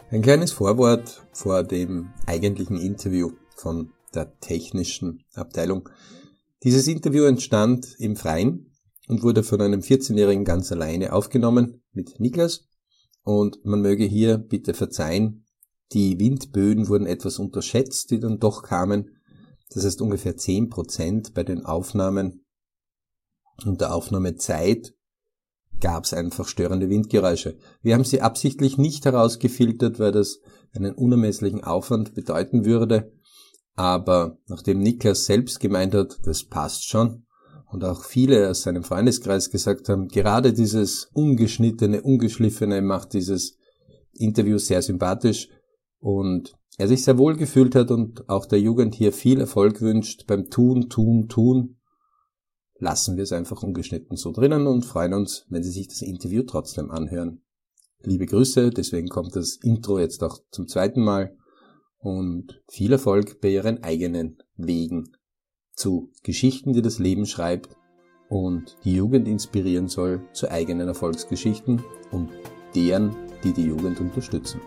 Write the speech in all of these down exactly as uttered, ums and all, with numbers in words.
Ein kleines Vorwort vor dem eigentlichen Interview von der technischen Abteilung. Dieses Interview entstand im Freien und wurde von einem vierzehnjährigen ganz alleine aufgenommen mit Niklas. Und man möge hier bitte verzeihen, die Windböen wurden etwas unterschätzt, die dann doch kamen. Das heißt ungefähr zehn Prozent bei den Aufnahmen und der Aufnahmezeit gab es einfach störende Windgeräusche. Wir haben sie absichtlich nicht herausgefiltert, weil das einen unermesslichen Aufwand bedeuten würde. Aber nachdem Niklas selbst gemeint hat, das passt schon, und auch viele aus seinem Freundeskreis gesagt haben, gerade dieses ungeschnittene, ungeschliffene macht dieses Interview sehr sympathisch und er sich sehr wohl gefühlt hat und auch der Jugend hier viel Erfolg wünscht beim Tun, Tun, Tun, lassen wir es einfach ungeschnitten so drinnen und freuen uns, wenn Sie sich das Interview trotzdem anhören. Liebe Grüße, deswegen kommt das Intro jetzt auch zum zweiten Mal und viel Erfolg bei Ihren eigenen Wegen zu Geschichten, die das Leben schreibt und die Jugend inspirieren soll zu eigenen Erfolgsgeschichten und deren, die die Jugend unterstützen.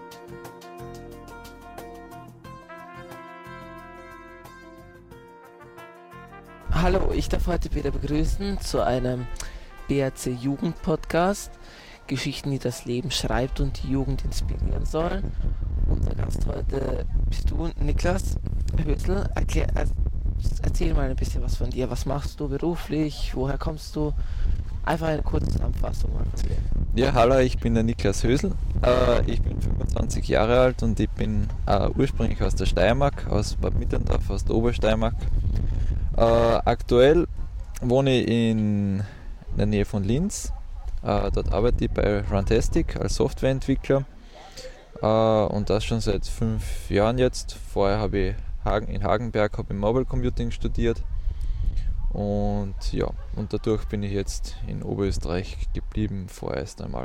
Hallo, ich darf heute wieder begrüßen zu einem B R C Jugend Podcast, Geschichten, die das Leben schreibt und die Jugend inspirieren sollen. Unser Gast heute bist du, Niklas Hösel. Erklär, erzähl mal ein bisschen was von dir. Was machst du beruflich? Woher kommst du? Einfach eine kurze Zusammenfassung mal von dir. Ja, hallo, ich bin der Niklas Hösel. Äh, ich bin fünfundzwanzig Jahre alt und ich bin äh, ursprünglich aus der Steiermark, aus Bad Mitterndorf, aus der Obersteiermark. Äh, aktuell wohne ich in der Nähe von Linz. Äh, dort arbeite ich bei Runtastic als Softwareentwickler äh, und das schon seit fünf Jahren jetzt. Vorher habe ich Hagen, in Hagenberg habe ich Mobile Computing studiert und ja, und dadurch bin ich jetzt in Oberösterreich geblieben vorerst einmal.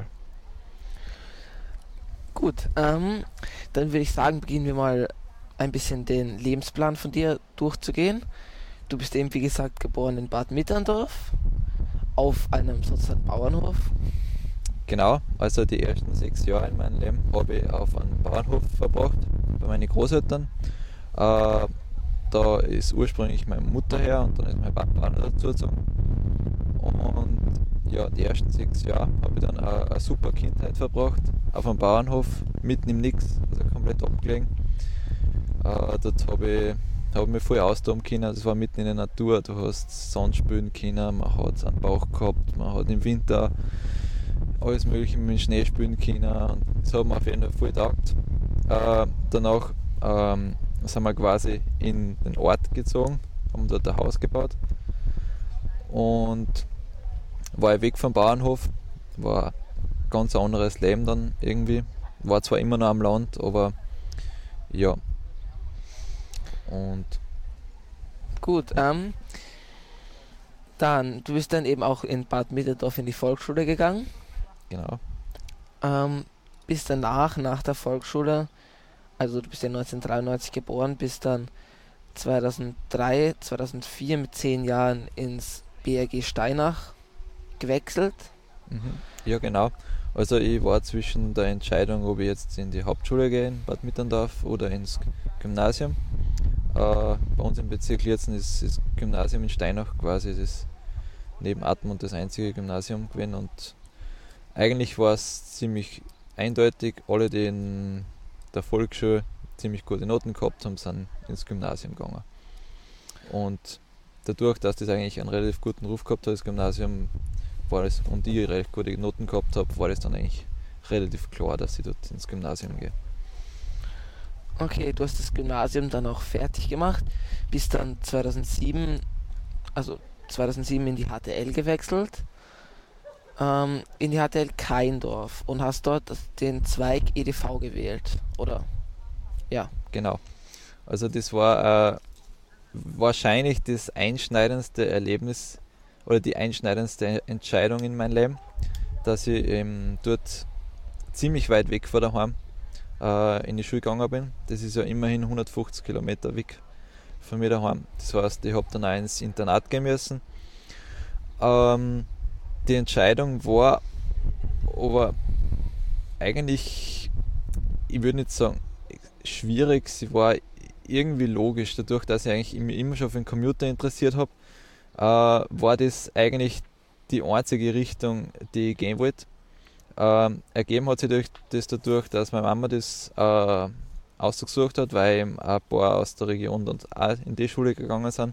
Gut, ähm, dann würde ich sagen, beginnen wir mal ein bisschen den Lebensplan von dir durchzugehen. Du bist eben, wie gesagt, geboren in Bad Mitterndorf, auf einem sozusagen Bauernhof. Genau, also die ersten sechs Jahre in meinem Leben habe ich auf einem Bauernhof verbracht, bei meinen Großeltern. Äh, da ist ursprünglich meine Mutter her und dann ist mein Papa noch dazugezogen. Und ja, die ersten sechs Jahre habe ich dann eine, eine super Kindheit verbracht, auf einem Bauernhof, mitten im Nix, also komplett abgelegen. Äh, dort habe ich habe mich voll austoben können, das war mitten in der Natur, du hast Sand spülen können, man hat einen Bauch gehabt, man hat im Winter alles mögliche mit dem Schnee spülen können und das hat mir auf jeden Fall voll getaugt. Äh, danach ähm, sind wir quasi in den Ort gezogen, haben dort ein Haus gebaut und war ich weg vom Bauernhof, war ein ganz anderes Leben dann irgendwie, war zwar immer noch am Land, aber ja. Und gut, ähm, dann, du bist dann eben auch in Bad Mitterndorf in die Volksschule gegangen. Genau. Ähm, bist danach, nach der Volksschule, also du bist ja neunzehnhundertdreiundneunzig geboren, bist dann zweitausenddrei, zweitausendvier mit zehn Jahren ins B R G Steinach gewechselt. Mhm. Ja, genau. Also ich war zwischen der Entscheidung, ob ich jetzt in die Hauptschule gehe in Bad Mitterndorf oder ins Gymnasium. Uh, bei uns im Bezirk Lierzen ist das Gymnasium in Steinach quasi das neben Atmund das einzige Gymnasium gewesen und eigentlich war es ziemlich eindeutig, alle die in der Volksschule ziemlich gute Noten gehabt haben, sind ins Gymnasium gegangen. Und dadurch, dass das eigentlich einen relativ guten Ruf gehabt hat, das Gymnasium, war das, und ich recht gute Noten gehabt habe, war das dann eigentlich relativ klar, dass ich dort ins Gymnasium gehe. Okay, du hast das Gymnasium dann auch fertig gemacht, bist dann zweitausendsieben, also zweitausendsieben in die H T L gewechselt, ähm, in die H T L Kaindorf und hast dort den Zweig E D V gewählt, oder? Ja. Genau. Also das war äh, wahrscheinlich das einschneidendste Erlebnis oder die einschneidendste Entscheidung in meinem Leben, dass ich ähm, dort ziemlich weit weg von daheim in die Schule gegangen bin. Das ist ja immerhin hundertfünfzig Kilometer weg von mir daheim. Das heißt, ich habe dann auch ins Internat gehen müssen. Ähm, die Entscheidung war aber eigentlich ich würde nicht sagen schwierig, sie war irgendwie logisch. Dadurch, dass ich eigentlich mich immer schon für den Computer interessiert habe, äh, war das eigentlich die einzige Richtung, die ich gehen wollte. Ähm, ergeben hat sich durch, das dadurch, dass meine Mama das äh, ausgesucht hat, weil eben ein paar aus der Region dann auch in die Schule gegangen sind.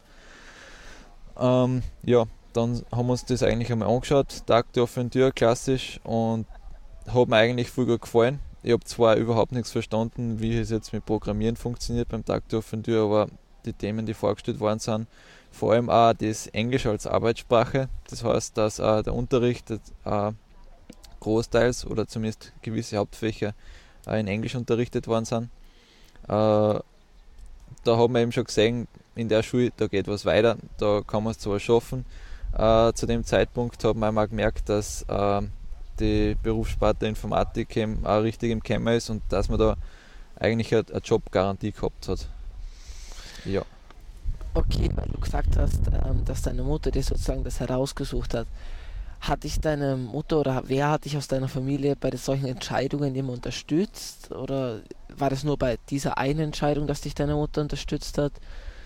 Ähm, ja, dann haben wir uns das eigentlich einmal angeschaut, Tag der offenen Tür, klassisch, und hat mir eigentlich voll gut gefallen. Ich habe zwar überhaupt nichts verstanden, wie es jetzt mit Programmieren funktioniert beim Tag der offenen Tür, aber die Themen, die vorgestellt worden sind, vor allem auch das Englisch als Arbeitssprache, das heißt, dass äh, der Unterricht äh, großteils oder zumindest gewisse Hauptfächer äh, in Englisch unterrichtet worden sind. Äh, da haben wir eben schon gesehen, in der Schule, da geht was weiter, da kann man es zwar schaffen. Äh, zu dem Zeitpunkt hat man mal gemerkt, dass äh, die Berufssparte Informatik eben auch richtig im Kämmer ist und dass man da eigentlich eine Jobgarantie gehabt hat. Ja. Okay, weil du gesagt hast, ähm, dass deine Mutter dir sozusagen das herausgesucht hat. Hat dich deine Mutter oder wer hat dich aus deiner Familie bei solchen Entscheidungen immer unterstützt? Oder war das nur bei dieser einen Entscheidung, dass dich deine Mutter unterstützt hat?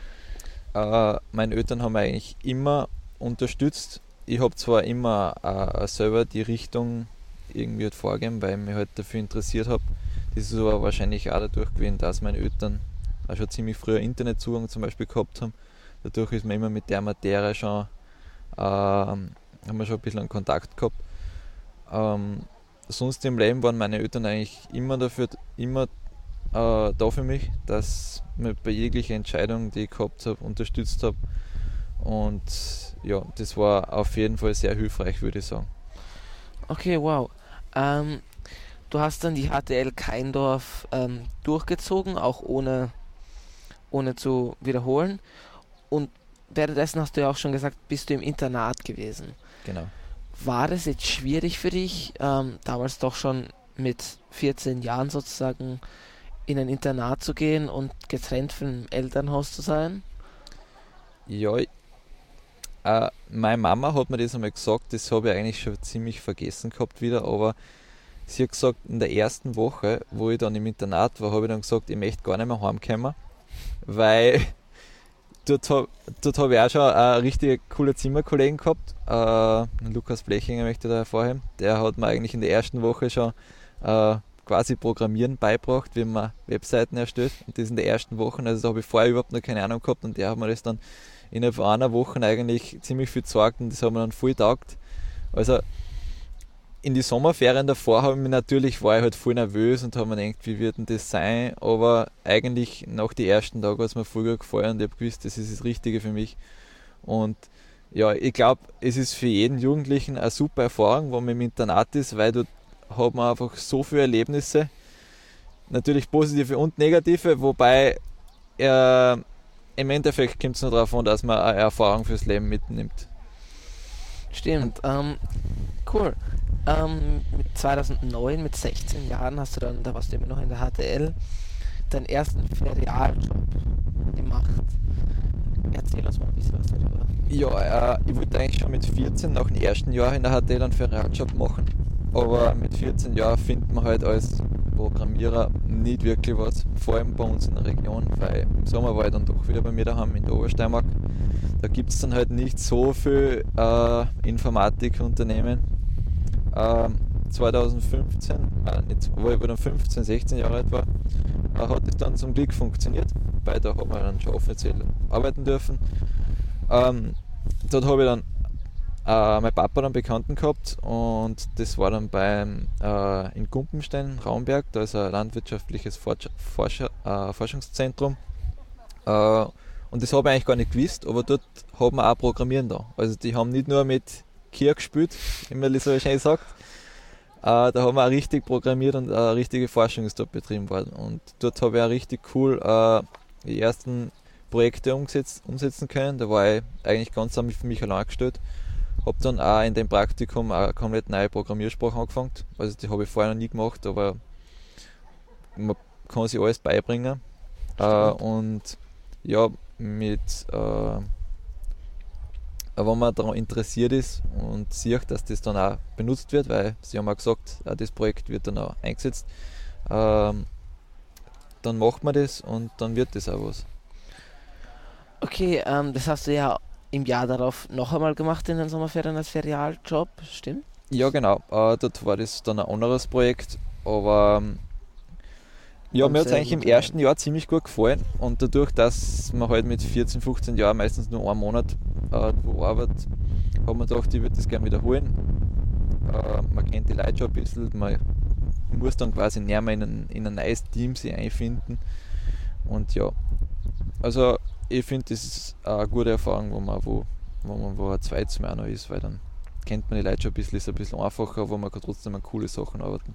Äh, meine Eltern haben mich eigentlich immer unterstützt. Ich habe zwar immer äh, selber die Richtung irgendwie halt vorgegeben, weil ich mich halt dafür interessiert habe. Das ist aber wahrscheinlich auch dadurch gewesen, dass meine Eltern auch schon ziemlich früher Internetzugang zum Beispiel gehabt haben. Dadurch ist man immer mit der Materie schon, äh, haben wir schon ein bisschen einen Kontakt gehabt. Ähm, sonst im Leben waren meine Eltern eigentlich immer dafür, immer äh, da für mich, dass ich mich bei jeglicher Entscheidung, die ich gehabt habe, unterstützt habe. Und ja, das war auf jeden Fall sehr hilfreich, würde ich sagen. Okay, wow. Ähm, du hast dann die H T L Keindorf ähm, durchgezogen, auch ohne, ohne zu wiederholen. Und währenddessen hast du ja auch schon gesagt, bist du im Internat gewesen. Genau. War das jetzt schwierig für dich, ähm, damals doch schon mit vierzehn Jahren sozusagen in ein Internat zu gehen und getrennt vom Elternhaus zu sein? Ja, äh, meine Mama hat mir das einmal gesagt, das habe ich eigentlich schon ziemlich vergessen gehabt wieder, aber sie hat gesagt, in der ersten Woche, wo ich dann im Internat war, habe ich dann gesagt, ich möchte gar nicht mehr heimkommen, weil dort, hab, dort habe ich auch schon einen richtig coolen Zimmerkollegen gehabt, äh, Lukas Blechinger möchte ich da hervorheben, der hat mir eigentlich in der ersten Woche schon äh, quasi Programmieren beigebracht, wie man Webseiten erstellt, und das in der ersten Woche, also da habe ich vorher überhaupt noch keine Ahnung gehabt, und der hat mir das dann innerhalb von einer Woche eigentlich ziemlich viel gezeigt und das hat mir dann voll getaugt. Also in die Sommerferien davor habe ich mich natürlich, war ich halt voll nervös und habe mir gedacht, wie wird denn das sein, aber eigentlich nach den ersten Tagen hat es mir voll gut gefallen und ich habe gewusst, das ist das Richtige für mich. Und ja, ich glaube, es ist für jeden Jugendlichen eine super Erfahrung, wenn man im Internat ist, weil dort hat man einfach so viele Erlebnisse, natürlich positive und negative, wobei äh, im Endeffekt kommt es nur darauf an, dass man eine Erfahrung fürs Leben mitnimmt. Stimmt, ähm, cool. Ähm, mit zweitausendneun, mit sechzehn Jahren hast du dann, da warst du immer noch in der H T L, deinen ersten Ferialjob gemacht. Erzähl uns mal ein bisschen was darüber. Ja, äh, ich wollte eigentlich schon mit vierzehn nach dem ersten Jahr in der H T L einen Ferialjob machen. Aber mit vierzehn Jahren findet man halt als Programmierer nicht wirklich was, vor allem bei uns in der Region, weil im Sommer war ich dann doch wieder bei mir daheim in der Obersteiermark. Da gibt es dann halt nicht so viel äh, Informatikunternehmen. Ähm, zweitausendfünfzehn, äh, nicht, wo ich dann fünfzehn, sechzehn Jahre alt war, äh, hat es dann zum Glück funktioniert, weil da hat man dann schon offiziell arbeiten dürfen. Ähm, dort habe ich dann äh, mein Papa dann Bekannten gehabt und das war dann beim äh, in Gumpenstein, Raumberg, da ist ein landwirtschaftliches Forsch Forscher, äh, Forschungszentrum äh, und das habe ich eigentlich gar nicht gewusst, aber dort haben wir auch Programmieren da. Also die haben nicht nur mit Kier gespielt, wie man das so schön sagt, äh, da haben wir auch richtig programmiert und eine richtige Forschung ist dort betrieben worden und dort habe ich auch richtig cool äh, die ersten Projekte umgesetzt, umsetzen können. Da war ich eigentlich ganz für mich allein gestellt. Habe dann auch in dem Praktikum eine komplett neue Programmiersprache angefangen. Also die habe ich vorher noch nie gemacht, aber man kann sich alles beibringen. Äh, und ja, mit äh, wenn man daran interessiert ist und sieht, dass das dann auch benutzt wird, weil sie haben auch gesagt, das Projekt wird dann auch eingesetzt, ähm, dann macht man das und dann wird das auch was. Okay, ähm, das hast du ja im Jahr darauf noch einmal gemacht in den Sommerferien als Ferialjob, stimmt? Ja, genau. Äh, dort war das dann ein anderes Projekt, aber ähm, ja, Und mir hat es sehr eigentlich im gut, ersten Jahr ziemlich gut gefallen und dadurch, dass man halt mit vierzehn, fünfzehn Jahren meistens nur einen Monat äh, wo arbeitet, hat man gedacht, ich würde das gerne wiederholen. Äh, man kennt die Leute schon ein bisschen, man muss dann quasi näher mal in ein, in ein neues Team sich einfinden und ja, also ich finde, das ist eine gute Erfahrung, wo man wo, wo man wo ein zweites Mal auch noch ist, weil dann kennt man die Leute schon ein bisschen, ist ein bisschen einfacher, wo man kann trotzdem an coole Sachen arbeiten.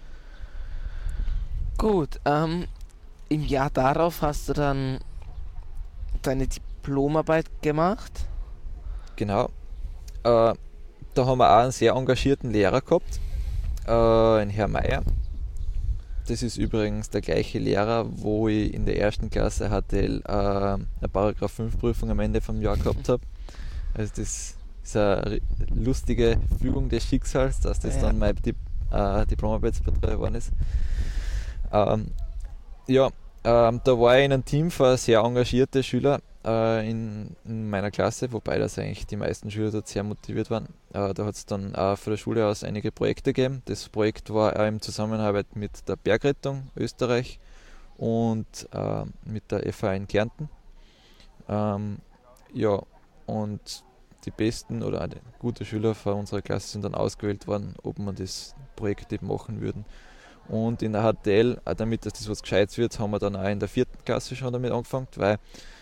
Gut, ähm, im Jahr darauf hast du dann deine Diplomarbeit gemacht. Genau. Äh, da haben wir auch einen sehr engagierten Lehrer gehabt, äh, einen Herr Meier. Das ist übrigens der gleiche Lehrer, wo ich in der ersten Klasse H T L äh, eine Paragraph fünf Prüfung am Ende vom Jahr gehabt habe. Also das ist eine lustige Fügung des Schicksals, dass das ja. dann meine Dip- äh, Diplomarbeitsbetreuer geworden ist. Ähm, ja, ähm, da war ich in einem Team von sehr engagierte Schüler äh, in, in meiner Klasse, wobei das eigentlich die meisten Schüler dort sehr motiviert waren. Äh, da hat es dann auch von der Schule aus einige Projekte gegeben. Das Projekt war auch in Zusammenarbeit mit der Bergrettung Österreich und äh, mit der F A in Kärnten. Ähm, ja, und die besten oder die gute Schüler von unserer Klasse sind dann ausgewählt worden, ob wir das Projekt eben machen würden. Und in der H T L, damit das was Gescheites wird, haben wir dann auch in der vierten Klasse schon damit angefangen, weil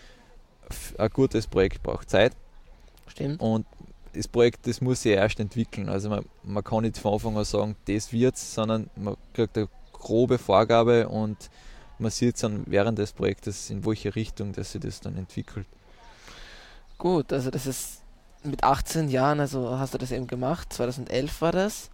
ein gutes Projekt braucht Zeit. Stimmt. Und das Projekt, das muss sich erst entwickeln. Also man, man kann nicht von Anfang an sagen, das wird's, sondern man kriegt eine grobe Vorgabe und man sieht dann während des Projektes, in welche Richtung dass sich das dann entwickelt. Gut, also das ist mit achtzehn Jahren, also hast du das eben gemacht, zweitausendelf war das.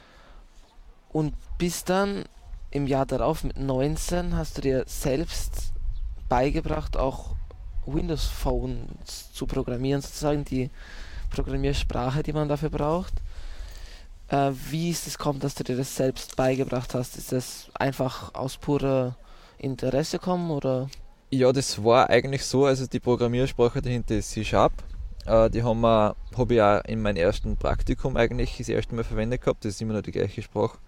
Und bis dann im Jahr darauf mit neunzehn hast du dir selbst beigebracht, auch Windows Phones zu programmieren, sozusagen die Programmiersprache, die man dafür braucht. Äh, wie ist es gekommen, dass du dir das selbst beigebracht hast? Ist das einfach aus purem Interesse gekommen oder? Ja, das war eigentlich so, also die Programmiersprache dahinter ist C Sharp. Äh, die haben wir, habe ich auch in meinem ersten Praktikum eigentlich das erste Mal verwendet gehabt, das ist immer noch die gleiche Sprache.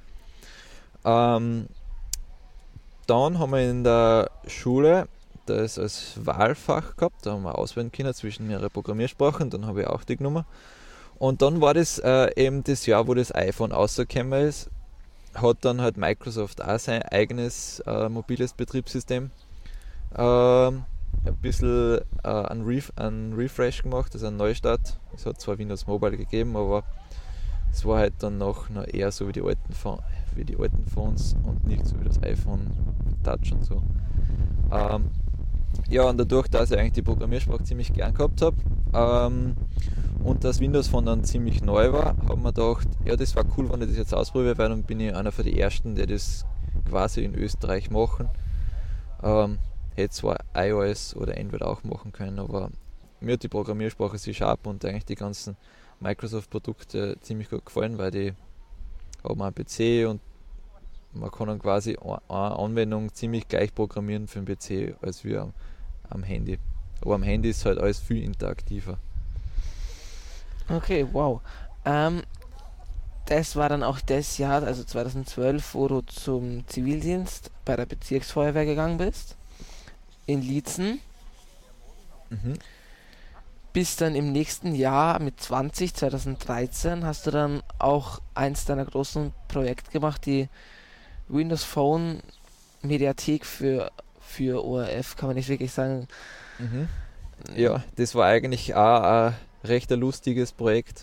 Ähm, dann haben wir in der Schule das als Wahlfach gehabt, da haben wir auswählen können zwischen mehreren Programmiersprachen, dann habe ich auch die genommen. Und dann war das äh, eben das Jahr, wo das iPhone rausgekommen ist, hat dann halt Microsoft auch sein eigenes äh, mobiles Betriebssystem äh, ein bisschen äh, einen, Ref- einen Refresh gemacht, also einen Neustart. Es hat zwar Windows Mobile gegeben, aber es war halt dann noch, noch eher so wie die alten Pho- wie die alten Phones und nicht so wie das iPhone Touch und so. Ähm, ja, und dadurch, dass ich eigentlich die Programmiersprache ziemlich gern gehabt habe ähm, und das Windows Phone dann ziemlich neu war, habe mir gedacht, ja, das war cool, wenn ich das jetzt ausprobiere, weil dann bin ich einer von den Ersten, die das quasi in Österreich machen. Ähm, hätte zwar iOS oder Android auch machen können, aber mir hat die Programmiersprache C Sharp und eigentlich die ganzen Microsoft-Produkte ziemlich gut gefallen, weil die haben einen P C und man kann dann quasi eine Anwendung ziemlich gleich programmieren für den P C als wie am, am Handy. Aber am Handy ist halt alles viel interaktiver. Okay, wow. Ähm, das war dann auch das Jahr, also zweitausendzwölf, wo du zum Zivildienst bei der Bezirksfeuerwehr gegangen bist. In Liezen. Mhm. Bis dann im nächsten Jahr mit zwanzig, zweitausenddreizehn, hast du dann auch eins deiner großen Projekte gemacht, die Windows Phone Mediathek für, für O R F, kann man nicht wirklich sagen. Mhm. Ja, das war eigentlich auch ein recht ein lustiges Projekt.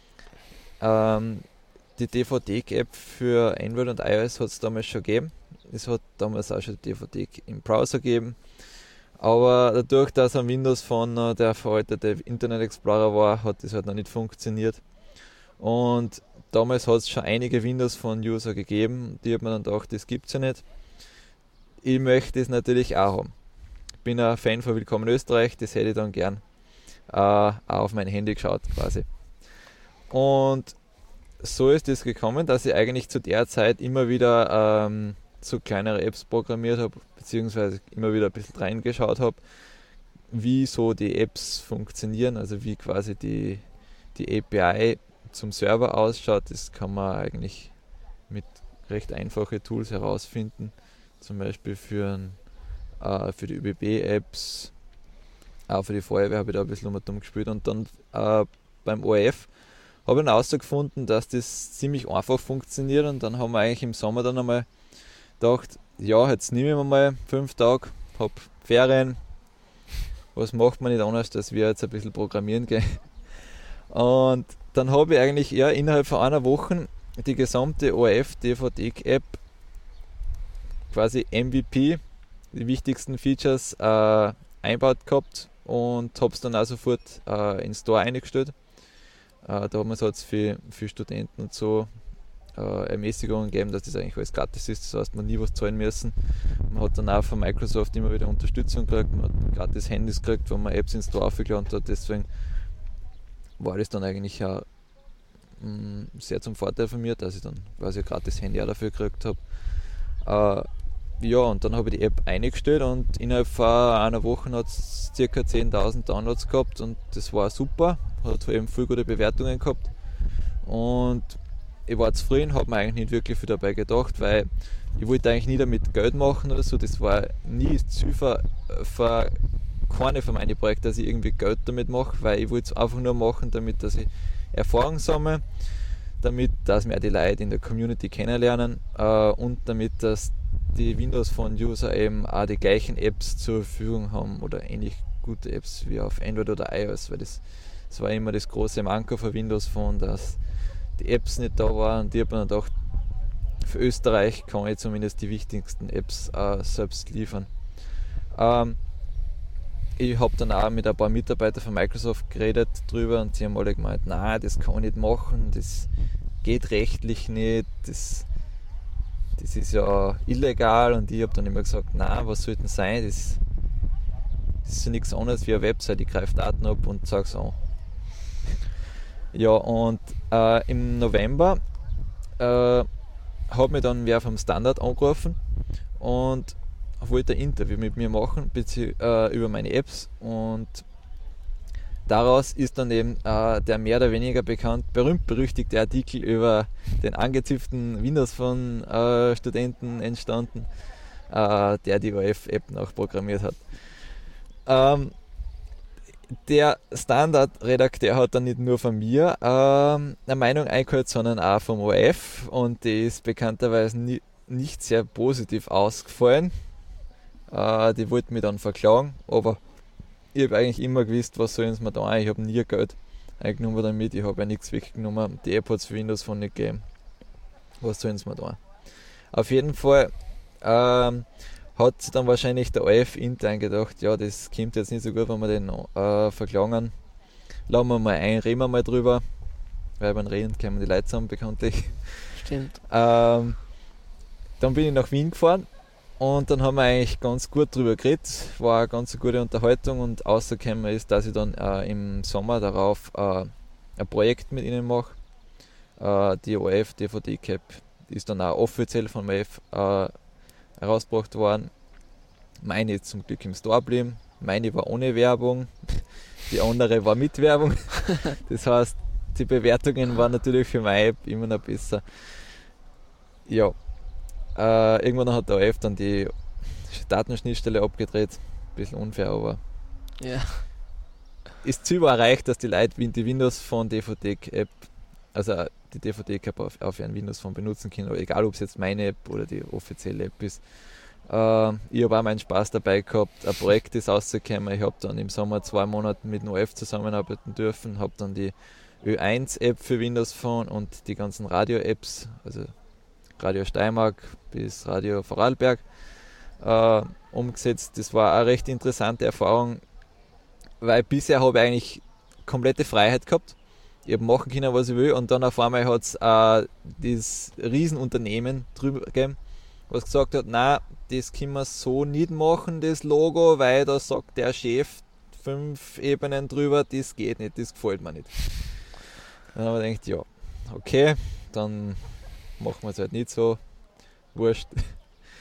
Ähm, die D V D-App für Android und iOS hat es damals schon gegeben. Es hat damals auch schon die D V D im Browser gegeben. Aber dadurch, dass ein Windows Phone der veraltete Internet Explorer war, hat das halt noch nicht funktioniert. Und damals hat es schon einige Windows Phone User gegeben, die hat man dann gedacht, das gibt es ja nicht. Ich möchte es natürlich auch haben. Ich bin ein Fan von Willkommen Österreich, das hätte ich dann gern äh, auch auf mein Handy geschaut quasi. Und so ist es gekommen, dass ich eigentlich zu der Zeit immer wieder ähm, so kleinere Apps programmiert habe, beziehungsweise immer wieder ein bisschen reingeschaut habe, wie so die Apps funktionieren, also wie quasi die, die A P I zum Server ausschaut. Das kann man eigentlich mit recht einfachen Tools herausfinden, zum Beispiel für, ein, äh, für die Ö B B-Apps, auch für die Feuerwehr habe ich da ein bisschen dumm gespielt. Und dann äh, beim O R F habe ich dann herausgefunden, dass das ziemlich einfach funktioniert, und dann haben wir eigentlich im Sommer dann einmal gedacht, ja, jetzt nehme ich mir mal fünf Tage, habe Ferien, was macht man nicht anders, dass wir jetzt ein bisschen programmieren gehen. Und dann habe ich eigentlich ja innerhalb von einer Woche die gesamte O R F-D V D-App, quasi M V P, die wichtigsten Features äh, einbaut gehabt, und habe es dann auch sofort äh, in den Store eingestellt. Äh, da haben wir es jetzt für, für Studenten und so äh, Ermäßigungen gegeben, dass das eigentlich alles gratis ist, das heißt, man nie was zahlen müssen. Man hat dann auch von Microsoft immer wieder Unterstützung gekriegt, man hat gratis Handys gekriegt, wo man Apps in den Store aufgeladen hat, deswegen war das dann eigentlich auch mh, sehr zum Vorteil von mir, dass ich dann quasi ein gratis Handy auch dafür gekriegt habe. Äh, ja, und dann habe ich die App eingestellt, und innerhalb von einer Woche hat es ca. zehntausend Downloads gehabt, und das war super, hat eben viele gute Bewertungen gehabt, und ich war zufrieden, habe mir eigentlich nicht wirklich viel dabei gedacht, weil ich wollte eigentlich nie damit Geld machen oder so, das war nie das Ziel für, für keine von meinen Projekten, dass ich irgendwie Geld damit mache, weil ich wollte es einfach nur machen, damit dass ich Erfahrung sammle, damit dass mir die Leute in der Community kennenlernen äh, und damit dass die Windows Phone-User eben auch die gleichen Apps zur Verfügung haben oder ähnlich gute Apps wie auf Android oder iOS, weil das, das war immer das große Manko für Windows Phone, dass die Apps nicht da waren, und ich habe mir dann gedacht, für Österreich kann ich zumindest die wichtigsten Apps äh, selbst liefern. Ähm, ich habe dann auch mit ein paar Mitarbeitern von Microsoft geredet drüber, und sie haben alle gemeint, nein, das kann ich nicht machen, das geht rechtlich nicht, das, das ist ja illegal, und ich habe dann immer gesagt, nein, was soll denn sein, das, das ist ja nichts anderes wie eine Website, ich greife Daten ab und sage es an. Ja, und äh, im November äh, hat mich dann wer vom Standard angerufen und wollte ein Interview mit mir machen bezieh- äh, über meine Apps, und daraus ist dann eben äh, der mehr oder weniger bekannt, berühmt-berüchtigte Artikel über den angezipften Windows von äh, Studenten entstanden, äh, der die O R F-App nachprogrammiert hat. Ähm, der Standard-Redakteur hat dann nicht nur von mir ähm, eine Meinung eingeholt, sondern auch vom O R F, und die ist bekannterweise nie, nicht sehr positiv ausgefallen. Uh, die wollten mich dann verklagen, aber ich habe eigentlich immer gewusst, was sollen sie mir da. Ich habe nie Geld eingenommen damit, ich habe ja nichts weggenommen. Die App hat es für Windows Phone nicht gegeben. Was sollen sie mir da? Auf jeden Fall ähm, hat sich dann wahrscheinlich der O R F intern gedacht, ja, das kommt jetzt nicht so gut, wenn wir den äh, verklagen. Lassen wir mal ein, reden wir mal drüber, weil beim Reden kommen die Leute zusammen, bekanntlich. Stimmt. Ähm, dann bin ich nach Wien gefahren. Und dann haben wir eigentlich ganz gut drüber geredet, war eine ganz gute Unterhaltung, und rausgekommen ist, dass ich dann äh, im Sommer darauf äh, ein Projekt mit ihnen mache. Äh, die O R F-D V D-Cap ist dann auch offiziell von O R F äh, herausgebracht worden. Meine ist zum Glück im Store geblieben, meine war ohne Werbung, die andere war mit Werbung. Das heißt, die Bewertungen waren natürlich für meine App immer noch besser. Ja. Uh, irgendwann hat der O R F dann die Datenschnittstelle abgedreht. Ein bisschen unfair, aber ja. Das Ziel war erreicht, dass die Leute die Windows Phone D V D-App, also die D V D-App auf, auf ihren Windows Phone benutzen können, aber egal ob es jetzt meine App oder die offizielle App ist. Uh, ich habe auch meinen Spaß dabei gehabt, ein Projekt ist rausgekommen. Ich habe dann im Sommer zwei Monate mit dem O R F zusammenarbeiten dürfen, habe dann die Ö eins App für Windows Phone und die ganzen Radio-Apps, also Radio Steiermark bis Radio Vorarlberg äh, umgesetzt. Das war eine recht interessante Erfahrung, weil bisher habe ich eigentlich komplette Freiheit gehabt. Ich habe machen können, was ich will, und dann auf einmal hat es äh, dieses Riesenunternehmen drüber gegeben, was gesagt hat, nein, das können wir so nicht machen, das Logo, weil da sagt der Chef fünf Ebenen drüber, das geht nicht, das gefällt mir nicht. Dann habe ich gedacht, ja, okay, dann machen wir es halt nicht so, wurscht.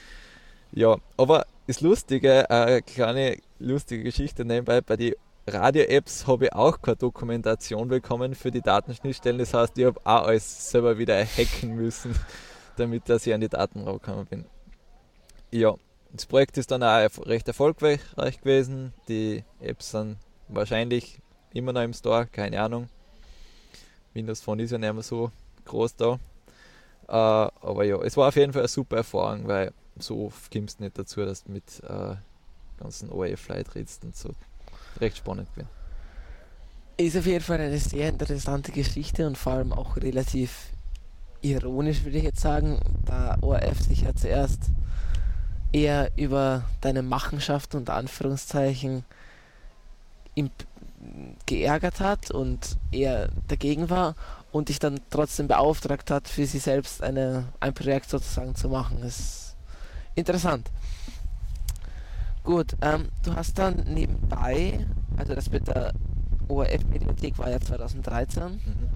Ja, aber das Lustige, eine kleine lustige Geschichte nebenbei, bei den Radio-Apps habe ich auch keine Dokumentation bekommen für die Datenschnittstellen. Das heißt, ich habe auch alles selber wieder hacken müssen, damit dass ich an die Daten rangekommen bin. Ja, das Projekt ist dann auch recht erfolgreich gewesen. Die Apps sind wahrscheinlich immer noch im Store, keine Ahnung. Windows Phone ist ja nicht mehr so groß da. Uh, aber ja, es war auf jeden Fall eine super Erfahrung, weil so oft kommst du nicht dazu, dass du mit uh, ganzen O R F-Leuten redest und so. Recht spannend gewesen. Ist auf jeden Fall eine sehr interessante Geschichte und vor allem auch relativ ironisch, würde ich jetzt sagen, da O R F sich ja zuerst eher über deine Machenschaft unter Anführungszeichen imp- geärgert hat und eher dagegen war und dich dann trotzdem beauftragt hat, für sie selbst eine, ein Projekt sozusagen zu machen. Das ist interessant. Gut, ähm, du hast dann nebenbei, also das mit der O R F-Mediathek war ja zweitausenddreizehn, Mhm.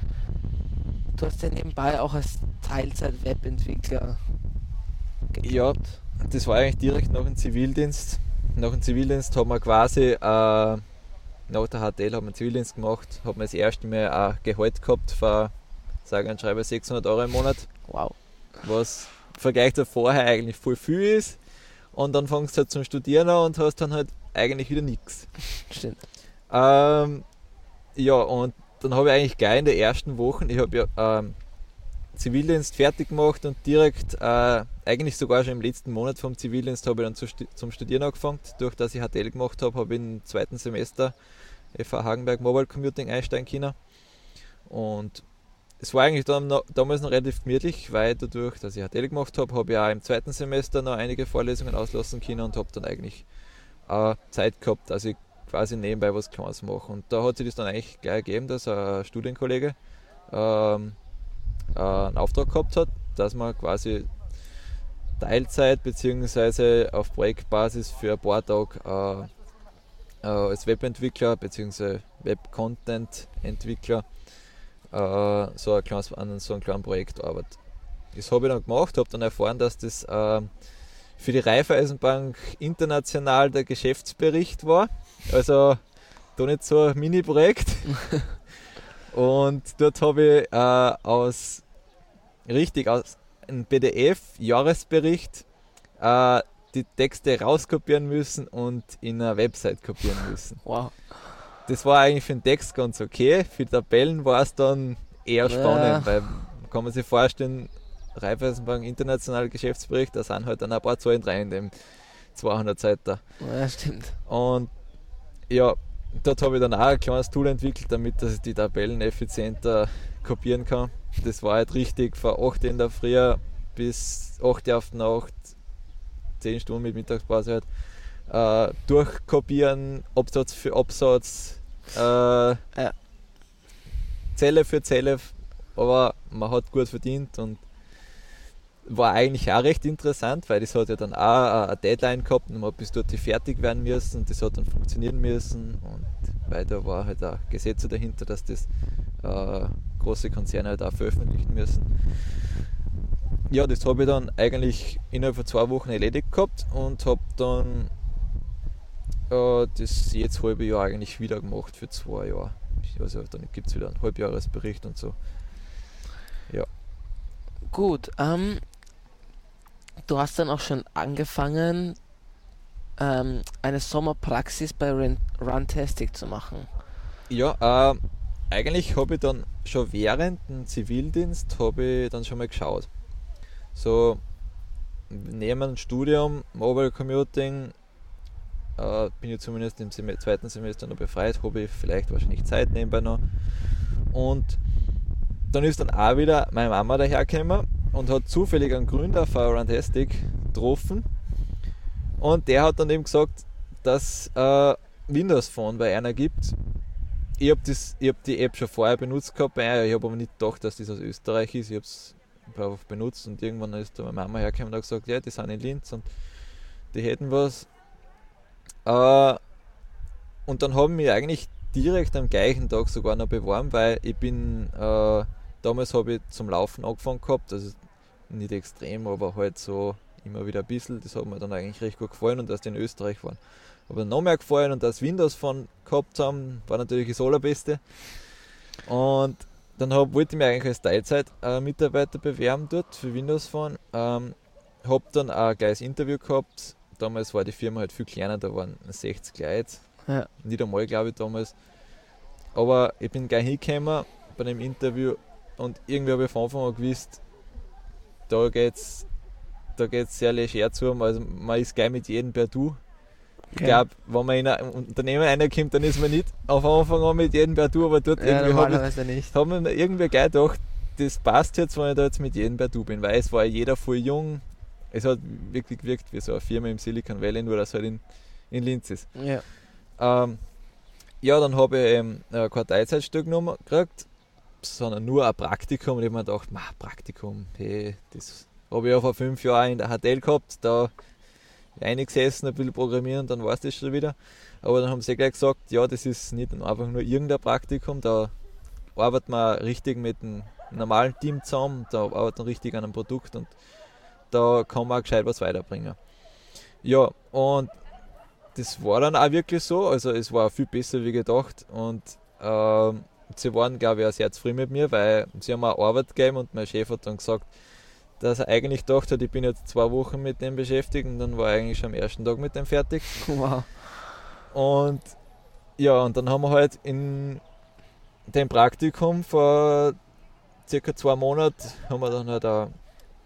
du hast ja nebenbei auch als Teilzeit-Webentwickler Ja, das war eigentlich direkt nach dem Zivildienst. Nach dem Zivildienst haben wir quasi, äh, nach der H T L haben wir Zivildienst gemacht, haben wir das erste Mal ein Gehalt gehabt für, sage und schreibe, sechshundert Euro im Monat. Wow. Was im Vergleich zu vorher eigentlich voll viel ist. Und dann fängst du halt zum Studieren an und hast dann halt eigentlich wieder nichts. Stimmt. Ähm, ja, und dann habe ich eigentlich gleich in der ersten Woche, ich habe ja ähm, Zivildienst fertig gemacht und direkt, äh, eigentlich sogar schon im letzten Monat vom Zivildienst habe ich dann zu stu- zum Studieren angefangen. Durch dass ich H T L gemacht habe, habe ich im zweiten Semester F H Hagenberg Mobile Computing einsteigen können. Und es war eigentlich dann noch, damals noch relativ gemütlich, weil dadurch, dass ich H T L gemacht habe, habe ich auch im zweiten Semester noch einige Vorlesungen auslassen können und habe dann eigentlich auch Zeit gehabt, dass ich quasi nebenbei was Kleines mache. Und da hat sich das dann eigentlich gleich ergeben, dass ein Studienkollege ähm, äh, einen Auftrag gehabt hat, dass man quasi Teilzeit bzw. auf Projektbasis für ein paar Tage äh, äh, als Webentwickler bzw. Web-Content-Entwickler äh, so, ein kleines, an so einem kleinen Projekt arbeitet. Das habe ich dann gemacht, habe dann erfahren, dass das äh, für die Raiffeisenbank international der Geschäftsbericht war. Also da nicht so ein Mini-Projekt. Und dort habe ich äh, aus richtig aus einem P D F-Jahresbericht äh, die Texte rauskopieren müssen und in eine Website kopieren müssen. Wow. Das war eigentlich für den Text ganz okay. Für die Tabellen war es dann eher spannend, ja. Weil kann man sich vorstellen, Raiffeisenbank internationaler Geschäftsbericht, da sind halt dann ein paar Zahlen rein in dem zweihundert Seiten. Ja, stimmt. Und ja, dort habe ich dann auch ein kleines Tool entwickelt, damit dass ich die Tabellen effizienter kopieren kann. Das war halt richtig von acht in der Früh bis acht Uhr auf die Nacht, zehn Stunden mit Mittagspause halt, äh, durchkopieren, Absatz für Absatz, äh, ja. Zelle für Zelle, aber man hat gut verdient und war eigentlich auch recht interessant, weil das hat ja dann auch eine Deadline gehabt und man hat bis dort fertig werden müssen und das hat dann funktionieren müssen und weil da war halt auch Gesetze dahinter, dass das äh, große Konzerne halt auch veröffentlichen müssen. Ja, das habe ich dann eigentlich innerhalb von zwei Wochen erledigt gehabt und habe dann äh, das jetzt halbe Jahr eigentlich wieder gemacht für zwei Jahre. Also dann gibt es wieder einen Halbjahresbericht und so. Ja. Gut, ähm, du hast dann auch schon angefangen, ähm, eine Sommerpraxis bei Runtastic zu machen. Ja, äh, eigentlich habe ich dann schon während dem Zivildienst habe ich dann schon mal geschaut. So neben dem Studium Mobile Commuting äh, bin ich zumindest im Sem- zweiten Semester noch befreit, habe ich vielleicht wahrscheinlich Zeit nebenbei noch. Und dann ist dann auch wieder meine Mama dahergekommen und hat zufällig einen Gründer von Runtastic getroffen und der hat dann eben gesagt, dass äh, Windows Phone bei einer gibt. Ich habe hab die App schon vorher benutzt gehabt, ich habe aber nicht gedacht, dass das aus Österreich ist. Ich habe es einfach benutzt und irgendwann ist da meine Mama hergekommen und hat gesagt, ja, die sind in Linz und die hätten was. Äh, und dann haben wir eigentlich direkt am gleichen Tag sogar noch beworben, weil ich bin, äh, damals habe ich zum Laufen angefangen gehabt, also nicht extrem, aber halt so immer wieder ein bisschen. Das hat mir dann eigentlich recht gut gefallen und dass die in Österreich waren. Aber dann noch mehr gefallen und dass Windows Phone gehabt haben, war natürlich das Allerbeste. Und dann hab, wollte ich mich eigentlich als Teilzeit-Mitarbeiter bewerben dort für Windows Phone. Ähm, hab dann auch ein gleiches Interview gehabt. Damals war die Firma halt viel kleiner, da waren sechzig Leute. Ja. Nicht einmal, glaube ich, damals. Aber ich bin gleich hingekommen bei dem Interview und irgendwie habe ich von Anfang an gewusst, da geht's, da geht's sehr leger zu. Also man ist gleich mit jedem per Du. Ich Okay. glaube, wenn man in ein Unternehmen reinkommt, dann ist man nicht auf Anfang an mit jedem per Du, aber dort Ja, irgendwie habe ich normalerweise nicht. haben wir mir irgendwie gleich gedacht, das passt jetzt, wenn ich da jetzt mit jedem bei Du bin, weil es war jeder voll jung. Es hat wirklich gewirkt wie so eine Firma im Silicon Valley, nur dass es halt in, in Linz ist. Ja. Ähm, ja, dann habe ich eben äh, kein Teilzeitstück genommen gekriegt, sondern nur ein Praktikum. Und ich habe mir gedacht, ma, Praktikum, hey, das habe ich ja vor fünf Jahren in der H T L gehabt, da eingesessen, ein bisschen programmieren, dann war es das schon wieder. Aber dann haben sie gleich gesagt, ja, das ist nicht einfach nur irgendein Praktikum, da arbeitet man richtig mit einem normalen Team zusammen, da arbeitet man richtig an einem Produkt und da kann man auch gescheit was weiterbringen. Ja, und das war dann auch wirklich so, also es war viel besser wie gedacht und ähm, sie waren, glaube ich, auch sehr zufrieden mit mir, weil sie haben auch Arbeit gegeben und mein Chef hat dann gesagt, dass er eigentlich gedacht hat, ich bin jetzt zwei Wochen mit dem beschäftigt und dann war er eigentlich schon am ersten Tag mit dem fertig. Wow. Und ja, und dann haben wir halt in dem Praktikum vor circa zwei Monaten haben wir dann halt auch,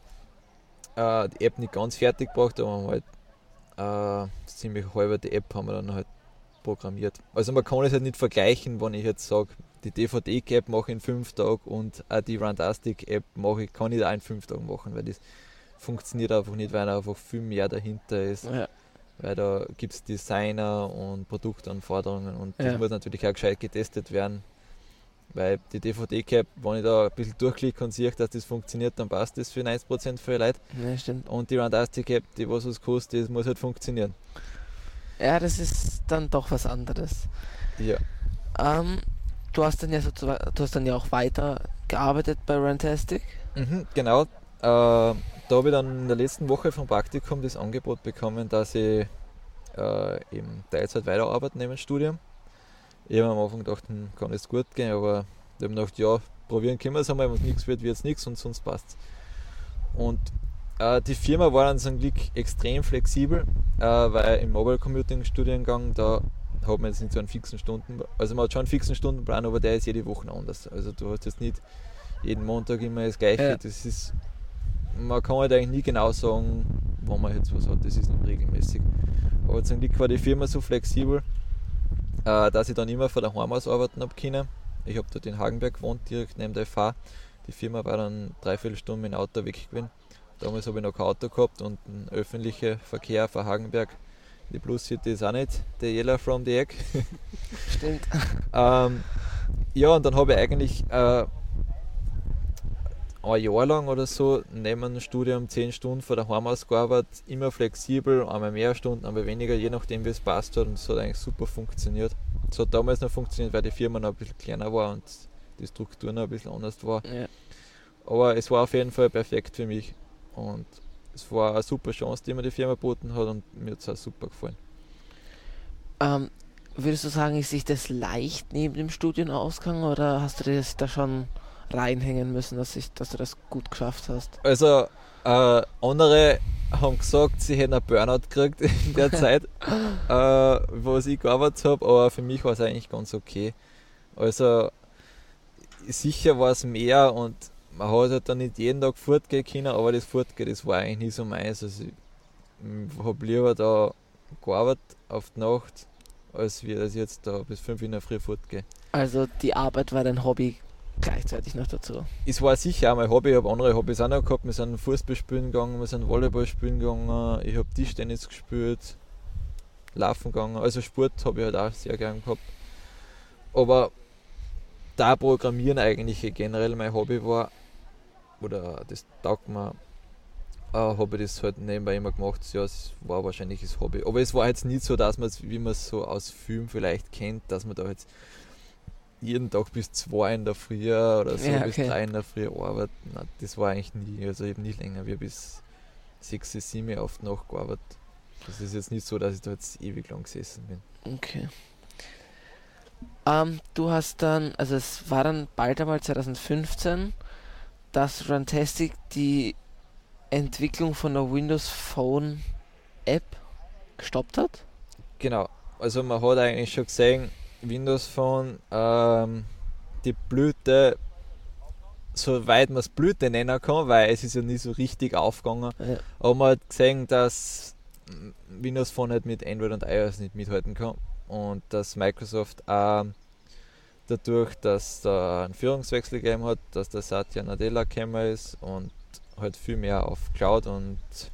äh, die App nicht ganz fertig gebracht, aber haben halt äh, ziemlich halbe die App haben wir dann halt programmiert. Also man kann es halt nicht vergleichen, wenn ich jetzt sage, die D V D-App mache ich in fünf Tagen und auch die Runtastic-App mache ich, kann ich auch in fünf Tagen machen, weil das funktioniert einfach nicht, weil einfach viel mehr dahinter ist. ja. Weil da gibt es Designer und Produktanforderungen und das Ja. muss natürlich auch gescheit getestet werden. Weil die D V D-Cap, wenn ich da ein bisschen durchklicke und sehe, dass das funktioniert, dann passt das für neunzig Prozent für die Leute. Ja, stimmt. Und die Runtastic-App, die was es kostet, das muss halt funktionieren. Ja, das ist dann doch was anderes. Ja. Ähm, du hast dann ja so, du hast dann ja auch weiter gearbeitet bei Runtastic. Mhm, genau. Äh, da habe ich dann in der letzten Woche vom Praktikum das Angebot bekommen, dass ich äh, eben Teilzeit weiterarbeite neben dem Studium. Ich habe am Anfang gedacht, hm, kann es gut gehen, aber ich habe gedacht, ja, probieren können wir es einmal, wenn es nichts wird, wird es nichts und sonst passt. Und äh, die Firma war dann zum Glück extrem flexibel, äh, weil im Mobile Computing Studiengang, da hat man jetzt nicht so einen fixen Stunden, also man hat schon einen fixen Stundenplan, aber der ist jede Woche anders. Also du hast jetzt nicht jeden Montag immer das Gleiche. Ja. Das ist, man kann halt eigentlich nie genau sagen, wann man jetzt was hat, das ist nicht regelmäßig. Aber zum Glück war die Firma so flexibel, äh, dass ich dann immer von daheim aus arbeiten habe können. Ich habe dort in Hagenberg gewohnt, direkt neben der F A. Die Firma war dann dreiviertel Stunden mit dem Auto weg gewesen. Damals habe ich noch kein Auto gehabt und ein öffentlicher Verkehr von Hagenberg. Die Plus City ist auch nicht der Yellow from the Egg. Stimmt. ähm, ja, und dann habe ich eigentlich äh, ein Jahr lang oder so neben dem Studium zehn Stunden von daheim aus gearbeitet, immer flexibel, einmal mehr Stunden, einmal weniger, je nachdem wie es passt hat und es hat eigentlich super funktioniert. Es hat damals noch funktioniert, weil die Firma noch ein bisschen kleiner war und die Struktur noch ein bisschen anders war. Ja. Aber es war auf jeden Fall perfekt für mich und es war eine super Chance, die mir die Firma geboten hat und mir hat es auch super gefallen. Ähm, würdest du sagen, ist sich das leicht neben dem Studium ausgegangen oder hast du das da schon reinhängen müssen, dass, ich, dass du das gut geschafft hast? Also äh, andere haben gesagt, sie hätten einen Burnout gekriegt in der Zeit, äh, wo ich gearbeitet habe, aber für mich war es eigentlich ganz okay. Also sicher war es mehr und man hat halt dann nicht jeden Tag fortgehen können, aber das Fortgehen, das war eigentlich nicht so meins. Also ich habe lieber da gearbeitet auf die Nacht, als wir das jetzt da bis fünf in der Früh fortgehe. Also die Arbeit war dein Hobby gleichzeitig noch dazu? Es war sicher auch mein Hobby, ich habe andere Hobbys auch noch gehabt. Wir sind Fußball spielen gegangen, wir sind Volleyball spielen gegangen, ich habe Tischtennis gespielt, Laufen gegangen, also Sport habe ich halt auch sehr gern gehabt. Aber da Programmieren eigentlich generell mein Hobby war, oder das taugt mir, äh, habe ich das halt nebenbei immer gemacht. Ja, es war wahrscheinlich das Hobby. Aber es war jetzt nicht so, dass man es, wie man es so aus Film vielleicht kennt, dass man da jetzt jeden Tag bis zwei in der Früh oder so, Ja, bis okay. drei in der Früh arbeitet. Nein, das war eigentlich nie, also eben nicht länger wie bis sechs, sieben oft nachgearbeitet. Das ist jetzt nicht so, dass ich da jetzt ewig lang gesessen bin. Okay. Ähm, du hast dann, also es war dann bald einmal zwanzig fünfzehn, dass Runtastic die Entwicklung von der Windows Phone App gestoppt hat? Genau, also man hat eigentlich schon gesehen, Windows Phone, ähm, die Blüte, soweit man es Blüte nennen kann, weil es ist ja nie so richtig aufgegangen, Ja. aber man hat gesehen, dass Windows Phone halt mit Android und iOS nicht mithalten kann und dass Microsoft auch dadurch, dass da einen Führungswechsel gegeben hat, dass der Satya Nadella gekommen ist und halt viel mehr auf Cloud und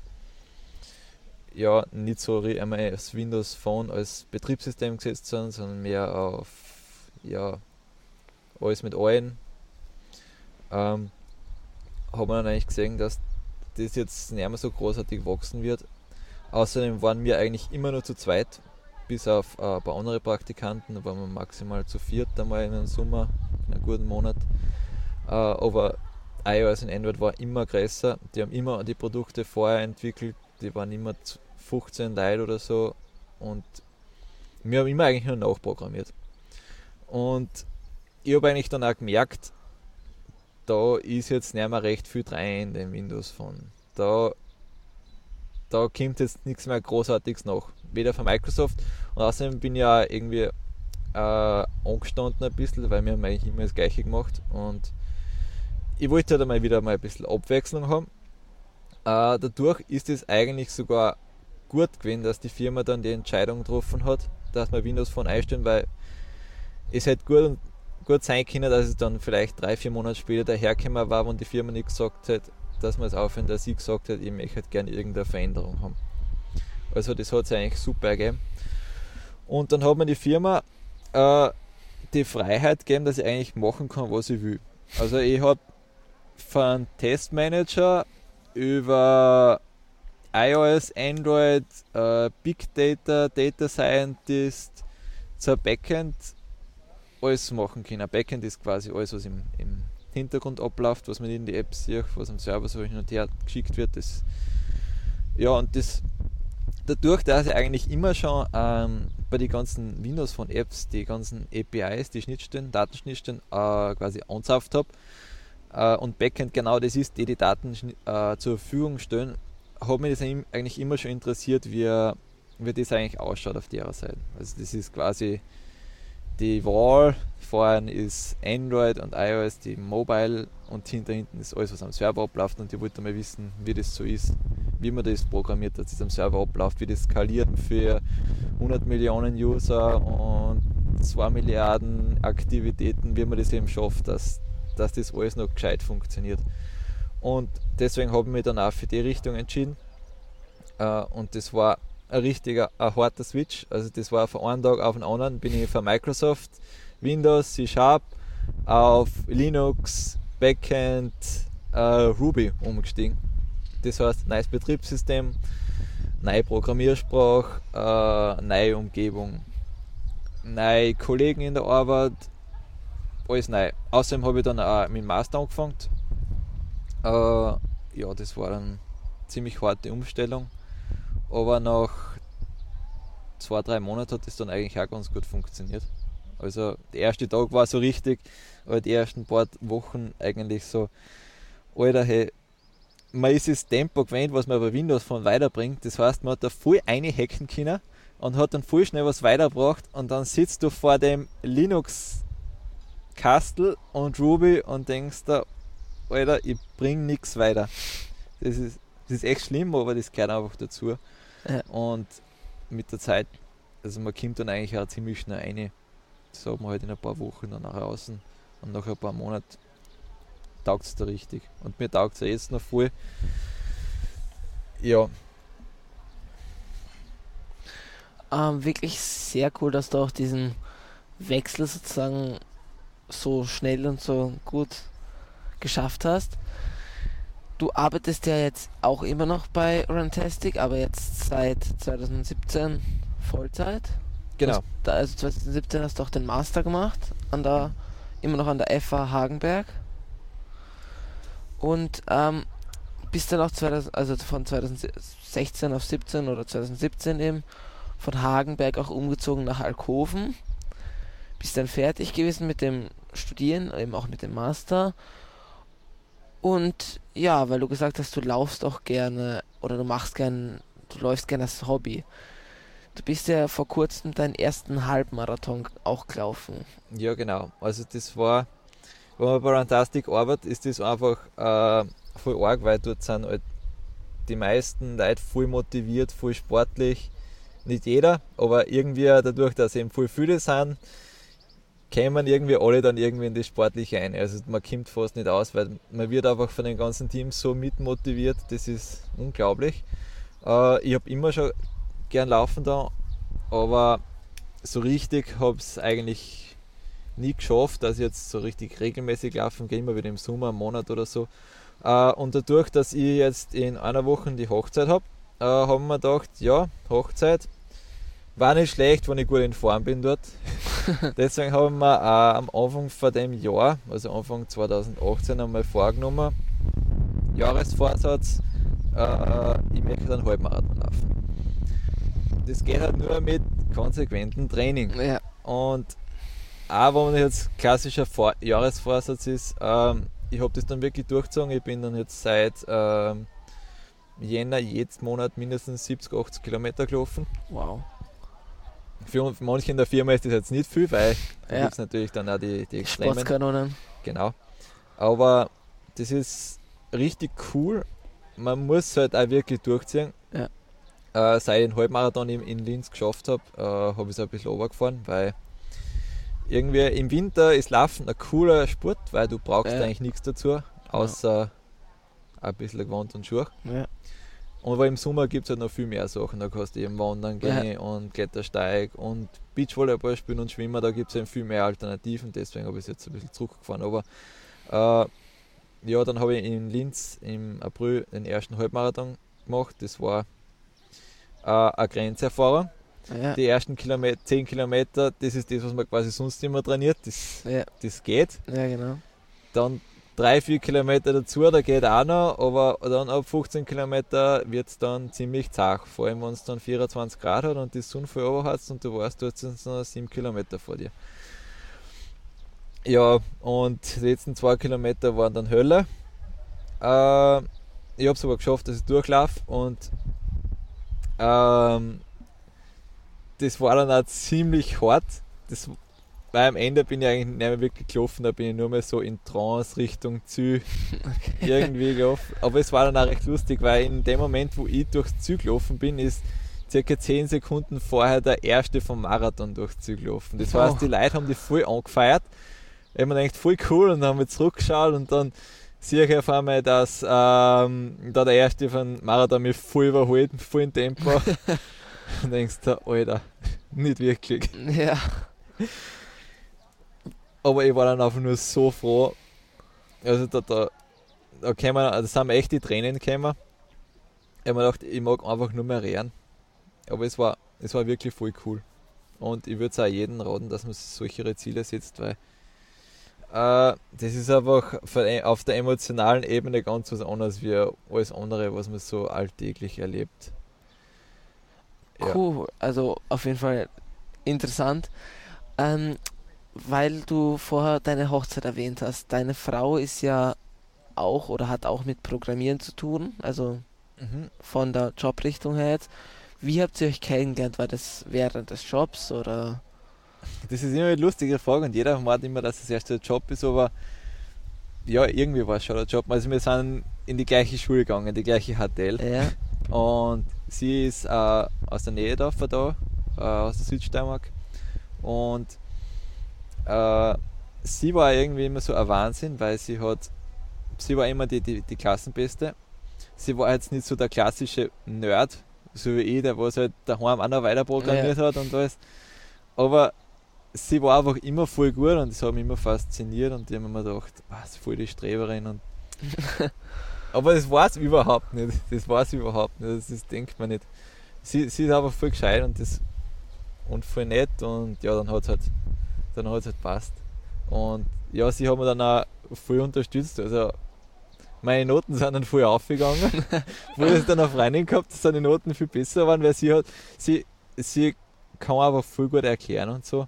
ja, nicht so einmal das Windows Phone als Betriebssystem gesetzt sind, sondern mehr auf ja, alles mit allen. Ähm, hat man dann eigentlich gesehen, dass das jetzt nicht mehr so großartig wachsen wird. Außerdem waren wir eigentlich immer nur zu zweit, bis auf äh, ein paar andere Praktikanten, da waren wir maximal zu viert einmal in einem Sommer, in einem guten Monat. Äh, aber iOS und Android war immer größer, die haben immer die Produkte vorher entwickelt, die waren immer fünfzehn Leute oder so und wir haben immer eigentlich nur nachprogrammiert. Und ich habe eigentlich dann auch gemerkt, da ist jetzt nicht mehr recht viel rein in den Windows Phone. Da, da kommt jetzt nichts mehr Großartiges nach. Weder von Microsoft und außerdem bin ich auch irgendwie äh, angestanden ein bisschen, weil wir haben eigentlich immer das Gleiche gemacht und ich wollte halt einmal wieder mal ein bisschen Abwechslung haben. Äh, dadurch ist es eigentlich sogar gut gewesen, dass die Firma dann die Entscheidung getroffen hat, dass wir Windows Phone einstellen, weil es hätte gut, gut sein können, dass es dann vielleicht drei, vier Monate später dahergekommen war, wenn die Firma nicht gesagt hat, dass wir es aufhören, dass sie gesagt hat, ich möchte halt gerne irgendeine Veränderung haben. Also das hat es eigentlich super gegeben. Und dann hat mir die Firma äh, die Freiheit gegeben, dass ich eigentlich machen kann, was ich will. Also ich habe von Testmanager über iOS, Android, äh, Big Data, Data Scientist zur Backend alles machen können. Backend ist quasi alles, was im, im Hintergrund abläuft, was man in die App sieht, was am Server so hin und her geschickt wird. Das, ja, und das dadurch, dass ich eigentlich immer schon ähm, bei den ganzen Windows Phone Apps die ganzen A P Is, die Schnittstellen, Datenschnittstellen äh, quasi anzapft habe äh, und Backend genau das ist, die die Daten äh, zur Verfügung stellen, hat mich das eigentlich immer schon interessiert, wie, wie das eigentlich ausschaut auf der Seite. Also das ist quasi die Wahl, vorne ist Android und iOS, die Mobile und hinter hinten ist alles, was am Server abläuft und ich wollte mal wissen, wie das so ist, wie man das programmiert, dass es am Server abläuft, wie das skaliert für hundert Millionen User und zwei Milliarden Aktivitäten, wie man das eben schafft, dass, dass das alles noch gescheit funktioniert. Und deswegen habe ich mich dann auch für die Richtung entschieden und das war ein richtiger, ein harter Switch, also das war von einem Tag auf den anderen, bin ich von Microsoft, Windows, C Sharp auf Linux, Backend, äh, Ruby umgestiegen. Das heißt, neues Betriebssystem, neue Programmiersprache, äh, neue Umgebung, neue Kollegen in der Arbeit, alles neu. Außerdem habe ich dann auch mit dem Master angefangen. Äh, ja, das war dann eine ziemlich harte Umstellung, aber nach zwei, drei Monaten hat das dann eigentlich auch ganz gut funktioniert. Also der erste Tag war so richtig, aber die ersten paar Wochen eigentlich so, Alter, hey, man ist das Tempo gewöhnt, was man bei Windows Phone weiterbringt. Das heißt, man hat da voll einhacken können und hat dann voll schnell was weitergebracht und dann sitzt du vor dem Linux-Kastel und Ruby und denkst da, Alter, ich bringe nichts weiter. Das ist, das ist echt schlimm, aber das gehört einfach dazu. Ja. Und mit der Zeit, also man kommt dann eigentlich auch ziemlich schnell rein. Das hat man halt in ein paar Wochen dann nachher außen und nach ein paar Monaten taugt es da richtig. Und mir taugt es ja jetzt noch voll. Ja. Ähm, wirklich sehr cool, dass du auch diesen Wechsel sozusagen so schnell und so gut geschafft hast. Du arbeitest ja jetzt auch immer noch bei Runtastic, aber jetzt seit zwanzig siebzehn Vollzeit. Genau. Da, also zwanzig siebzehn hast du auch den Master gemacht, an der, immer noch an der F H Hagenberg. Und ähm, bist dann auch zweitausend, also von zweitausendsechzehn auf siebzehn oder zweitausendsiebzehn eben von Hagenberg auch umgezogen nach Alkoven. Bist dann fertig gewesen mit dem Studieren, eben auch mit dem Master. Und ja, weil du gesagt hast, du laufst auch gerne oder du machst gern, du läufst gerne als Hobby. Du bist ja vor kurzem deinen ersten Halbmarathon auch gelaufen. Ja, genau. Also das war, wenn man bei Runtastic arbeitet, ist das einfach äh, voll arg, weil dort sind halt die meisten Leute voll motiviert, voll sportlich. Nicht jeder, aber irgendwie dadurch, dass eben voll viele sind, kämen irgendwie alle dann irgendwie in das Sportliche ein. Also man kommt fast nicht aus, weil man wird einfach von den ganzen Teams so mitmotiviert, das ist unglaublich. Äh, ich habe immer schon gern laufen da, aber so richtig habe ich es eigentlich nie geschafft, dass ich jetzt so richtig regelmäßig laufen gehe, immer wieder im Sommer, einen Monat oder so. Äh, und dadurch, dass ich jetzt in einer Woche die Hochzeit habe, äh, haben wir gedacht, ja, Hochzeit war nicht schlecht, wenn ich gut in Form bin dort. Deswegen haben wir auch am Anfang von dem Jahr, also Anfang zweitausendachtzehn, einmal vorgenommen, Jahresvorsatz, äh, ich möchte einen Halbmarathon laufen. Das geht halt nur mit konsequentem Training. Ja. Und auch wenn man jetzt klassischer Vor- Jahresvorsatz ist, ähm, ich habe das dann wirklich durchgezogen. Ich bin dann jetzt seit ähm, Jänner jeden Monat mindestens siebzig, achtzig Kilometer gelaufen. Wow. Für manche in der Firma ist das jetzt nicht viel, weil da Ja. gibt es natürlich dann auch die, die Extremen. Sportskanonen. Genau. Aber das ist richtig cool. Man muss halt auch wirklich durchziehen. Ja. Äh, seit ich den Halbmarathon in, in Linz geschafft habe, äh, habe ich es ein bisschen runtergefahren, weil irgendwie im Winter ist Laufen ein cooler Sport, weil du brauchst Ja. eigentlich nichts dazu, außer ein bisschen Gewand und Schuhe. Ja. Aber im Sommer gibt es halt noch viel mehr Sachen. Da kannst du eben wandern gehen Ja. und Klettersteig und Beachvolleyball spielen und schwimmen. Da gibt es eben viel mehr Alternativen. Deswegen habe ich es jetzt ein bisschen zurückgefahren. Aber äh, ja, dann habe ich in Linz im April den ersten Halbmarathon gemacht. Das war äh, eine Grenzerfahrung. Ja. Die ersten Kilometer, zehn Kilometer, das ist das, was man quasi sonst immer trainiert. Das, Ja. das geht. Ja, genau. Dann drei, vier Kilometer dazu, da geht auch noch, aber dann ab fünfzehn Kilometer wird es dann ziemlich zart, vor allem wenn es dann vierundzwanzig Grad hat und die Sonne voll runterheizt und du weißt, du hast jetzt noch sieben Kilometer vor dir. Ja, und die letzten zwei Kilometer waren dann Hölle. Äh, ich habe es aber geschafft, dass ich durchlaufe und ähm, das war dann auch ziemlich hart. Das Weil am Ende bin ich eigentlich nicht mehr wirklich gelaufen, da bin ich nur mehr so in Trance Richtung Ziel Okay. irgendwie gelaufen. Aber es war dann auch recht lustig, weil in dem Moment, wo ich durchs Ziel gelaufen bin, ist circa zehn Sekunden vorher der erste vom Marathon durchs Ziel gelaufen. Das heißt, Oh. die Leute haben die voll angefeiert. Ich habe mir gedacht, voll cool, und dann haben wir zurückgeschaut und dann sehe ich auf einmal, dass ähm, da der erste vom Marathon mich voll überholt, voll in Tempo. Und denkst du, Alter, nicht wirklich. Ja. Aber ich war dann einfach nur so froh. Also da, da, da kämen, also sind mir echt die Tränen gekommen. Ich habe mir gedacht, ich mag einfach nur mehr rennen. Aber es war, es war wirklich voll cool. Und ich würde es auch jedem raten, dass man sich solche Ziele setzt, weil äh, das ist einfach für, auf der emotionalen Ebene ganz was anderes wie alles andere, was man so alltäglich erlebt. Ja. Cool. Also auf jeden Fall interessant. Ähm, weil du vorher deine Hochzeit erwähnt hast. Deine Frau ist ja auch oder hat auch mit Programmieren zu tun, also Mhm. von der Jobrichtung her jetzt. Wie habt ihr euch kennengelernt? War das während des Jobs oder? Das ist immer eine lustige Frage und jeder meint immer, dass das erste der Job ist, aber ja, irgendwie war es schon der Job. Also wir sind in die gleiche Schule gegangen, in die gleiche H T L. Ja. Und sie ist äh, aus der Nähe da, von da, äh, aus der Südsteiermark. Und äh, sie war irgendwie immer so ein Wahnsinn, weil sie hat, sie war immer die, die, die Klassenbeste. Sie war jetzt nicht so der klassische Nerd, so wie ich, der was halt daheim auch noch weiter programmiert Ja. hat und alles. Aber sie war einfach immer voll gut und das hat mich immer fasziniert und ich habe mir gedacht, was, voll die Streberin. Und aber das war es überhaupt nicht. Das war es überhaupt nicht. Das, das denkt man nicht. Sie, sie ist einfach voll gescheit und das und voll nett und ja, dann hat es halt, dann hat's halt passt. Und ja, sie hat mir dann auch voll unterstützt. Also meine Noten sind dann voll aufgegangen. Wo ich dann auf Reinen gehabt, sind die Noten viel besser geworden, weil sie hat, sie, sie kann einfach voll gut erklären und so.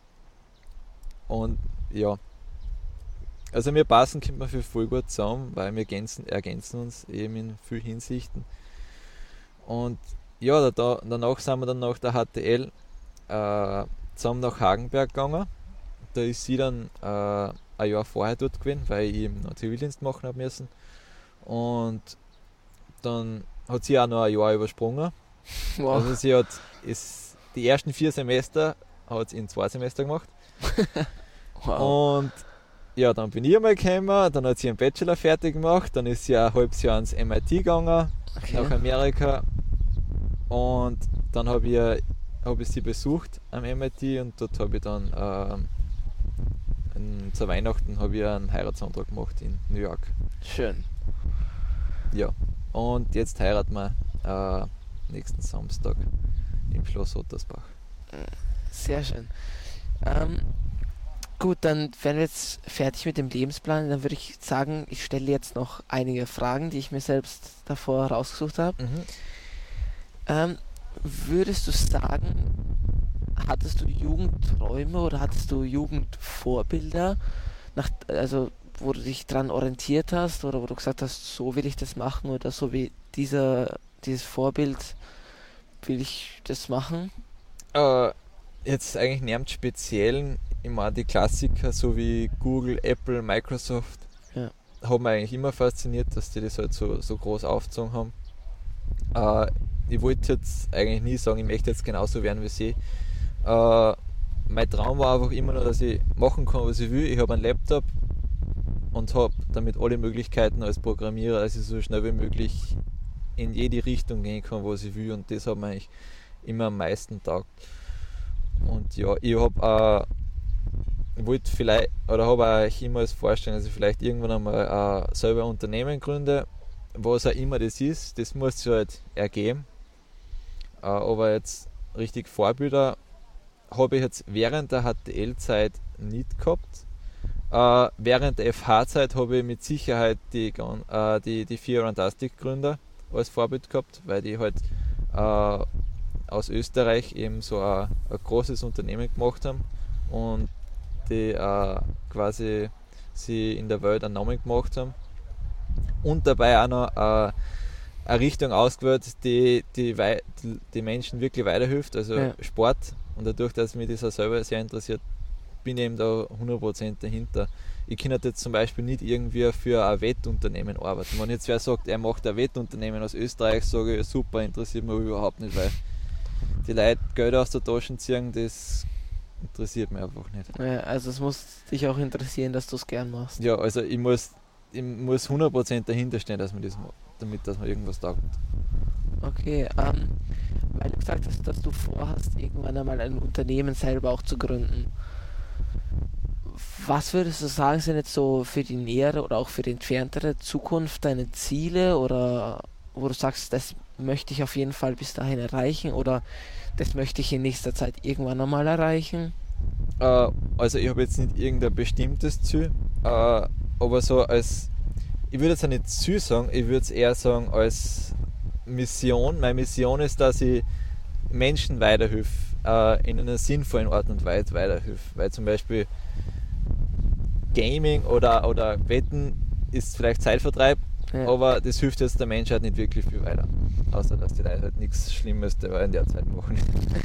Und ja, also wir passen, kommt man viel voll gut zusammen, weil wir ergänzen, ergänzen uns eben in vielen Hinsichten. Und ja, da, danach sind wir dann nach der H T L äh, zusammen nach Hagenberg gegangen. Da ist sie dann äh, ein Jahr vorher dort gewesen, weil ich eben noch Zivildienst machen habe müssen. Und dann hat sie auch noch ein Jahr übersprungen. Wow. Also sie hat ist, die ersten vier Semester hat sie in zwei Semester gemacht. Wow. Und ja, dann bin ich einmal gekommen, dann hat sie einen Bachelor fertig gemacht, dann ist sie ein halbes Jahr ans M I T gegangen, okay. nach Amerika. Und dann habe ich, hab ich sie besucht am M I T und dort habe ich dann ähm, in, zu Weihnachten habe ich einen Heiratsantrag gemacht in New York. Schön. Ja, und jetzt heiraten wir äh, nächsten Samstag im Schloss Ottersbach. Sehr schön. Ähm, gut, dann wären wir jetzt fertig mit dem Lebensplan. Dann würde ich sagen, ich stelle jetzt noch einige Fragen, die ich mir selbst davor rausgesucht habe. Mhm. Ähm, würdest du sagen, hattest du Jugendträume oder hattest du Jugendvorbilder, nach, also wo du dich dran orientiert hast oder wo du gesagt hast, so will ich das machen oder so wie dieser, dieses Vorbild will ich das machen? Äh, jetzt eigentlich nirgends speziellen, immer die Klassiker, so wie Google, Apple, Microsoft, ja. haben mich eigentlich immer fasziniert, dass die das halt so, so groß aufgezogen haben. Äh, ich wollte jetzt eigentlich nie sagen, ich möchte jetzt genauso werden wie sie. Äh, mein Traum war einfach immer nur, dass ich machen kann, was ich will. Ich habe einen Laptop und habe damit alle Möglichkeiten als Programmierer, dass ich so schnell wie möglich in jede Richtung gehen kann, was ich will, und das hat mir eigentlich immer am meisten taugt. Und ja, ich habe äh, wollte vielleicht, oder habe euch immer als Vorstellung, dass ich vielleicht irgendwann einmal äh, selber ein Unternehmen gründe, was auch immer das ist, das muss sich halt ergeben. Äh, aber jetzt richtig Vorbilder habe ich jetzt während der H T L-Zeit nicht gehabt. Äh, während der F H-Zeit habe ich mit Sicherheit die, äh, die, die vier Runtastic-Gründer als Vorbild gehabt, weil die halt äh, aus Österreich eben so ein, ein großes Unternehmen gemacht haben und die äh, quasi sie in der Welt einen Namen gemacht haben und dabei auch noch äh, eine Richtung ausgewählt, die die, die die Menschen wirklich weiterhilft, also ja. Sport. Und dadurch, dass mich das auch selber sehr interessiert, bin ich eben da hundert Prozent dahinter. Ich kann jetzt zum Beispiel nicht irgendwie für ein Wettunternehmen arbeiten. Wenn jetzt wer sagt, er macht ein Wettunternehmen aus Österreich, sage ich, super, interessiert mich überhaupt nicht, weil die Leute Geld aus der Tasche ziehen, das interessiert mich einfach nicht. Ja, also es muss dich auch interessieren, dass du es gern machst. Ja, also ich muss, ich muss hundert Prozent dahinter stehen, dass man das macht, damit dass man irgendwas taugt. Okay, ähm, weil du gesagt hast, dass du vorhast, irgendwann einmal ein Unternehmen selber auch zu gründen. Was würdest du sagen, sind jetzt so für die nähere oder auch für die entferntere Zukunft deine Ziele, oder wo du sagst, das möchte ich auf jeden Fall bis dahin erreichen oder das möchte ich in nächster Zeit irgendwann einmal erreichen? Äh, also ich habe jetzt nicht irgendein bestimmtes Ziel, äh, aber so als, ich würde jetzt auch nicht Ziel sagen, ich würde es eher sagen als Mission. Meine Mission ist, dass ich Menschen weiterhilfe, äh, in einer sinnvollen Art und Weise weiterhilfe, weil zum Beispiel Gaming oder, oder Wetten ist vielleicht Zeitvertreib, ja. aber das hilft jetzt der Menschheit nicht wirklich viel weiter. Außer, dass die Leute halt nichts Schlimmes in der Zeit machen.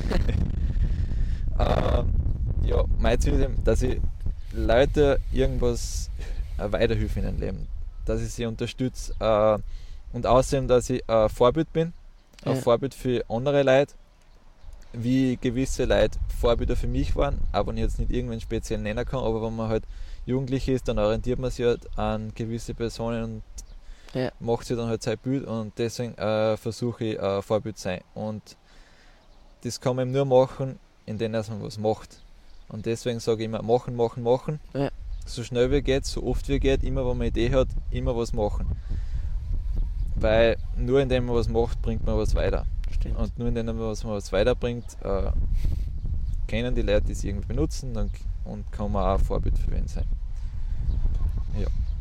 äh, ja, mein Ziel ist eben, dass ich Leute irgendwas äh, weiterhelfe in ihrem Leben. Dass ich sie unterstütze äh, und außerdem, dass ich ein Vorbild bin. Ja. Ein Vorbild für andere Leute, wie gewisse Leute Vorbilder für mich waren, aber wenn ich jetzt nicht irgendwen speziell nennen kann, aber wenn man halt Jugendlich ist, dann orientiert man sich halt an gewisse Personen und ja. macht sich dann halt sein Bild, und deswegen äh, versuche ich äh, Vorbild zu sein. Und das kann man nur machen, indem man was macht. Und deswegen sage ich immer, machen, machen, machen. Ja. So schnell wie geht, so oft wie geht, immer wenn man eine Idee hat, immer was machen. Weil nur indem man was macht, bringt man was weiter. Stimmt. Und nur indem man was, man was weiterbringt, äh, kennen die Leute, die es irgendwie benutzen, dann, und kann man auch ein Vorbild für wen sein. Ja.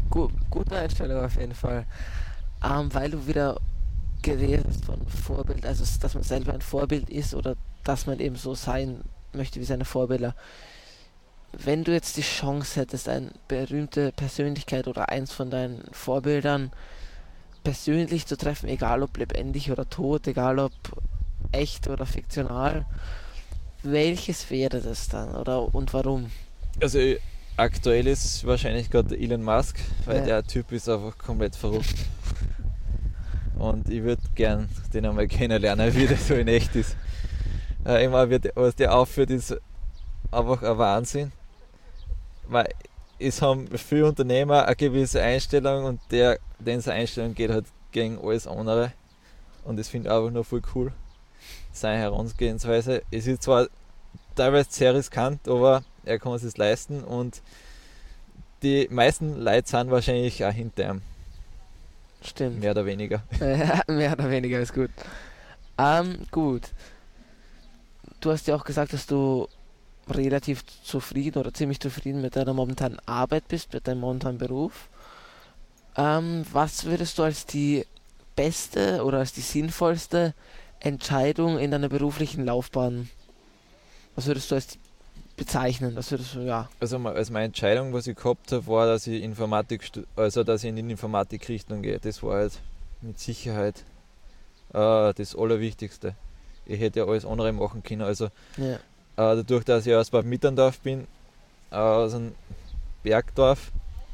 Gu gute Einstellung auf jeden Fall. Ähm, weil du wieder geredet hast von Vorbild, also dass man selber ein Vorbild ist oder dass man eben so sein möchte wie seine Vorbilder. Wenn du jetzt die Chance hättest, eine berühmte Persönlichkeit oder eins von deinen Vorbildern persönlich zu treffen, egal ob lebendig oder tot, egal ob echt oder fiktional, welches wäre das dann oder und warum? Also aktuell ist wahrscheinlich gerade Elon Musk, weil Ja. der Typ ist einfach komplett verrückt. Und ich würde gern den einmal kennenlernen, wie das so in echt ist. Äh, immer wird, was der aufführt, ist einfach ein Wahnsinn. Weil es haben viele Unternehmer eine gewisse Einstellung und der, diese Einstellung geht halt gegen alles andere. Und das finde ich einfach nur voll cool. Seine Herangehensweise. Es ist zwar teilweise sehr riskant, aber er kann es sich leisten und die meisten Leute sind wahrscheinlich auch hinter ihm. Stimmt. Mehr oder weniger. Ja, mehr oder weniger ist gut. Ähm, gut. Du hast ja auch gesagt, dass du relativ zufrieden oder ziemlich zufrieden mit deiner momentanen Arbeit bist, mit deinem momentanen Beruf. Ähm, was würdest du als die beste oder als die sinnvollste Entscheidung in deiner beruflichen Laufbahn, was würdest du als die bezeichnen? Was würdest du, ja. Also, also meine Entscheidung, was ich gehabt habe, war, dass ich Informatik, also dass ich in die Informatikrichtung gehe. Das war halt mit Sicherheit äh, das Allerwichtigste. Ich hätte ja alles andere machen können. Also Ja. äh, dadurch, dass ich aus Bad Mitterndorf bin, äh, aus einem Bergdorf,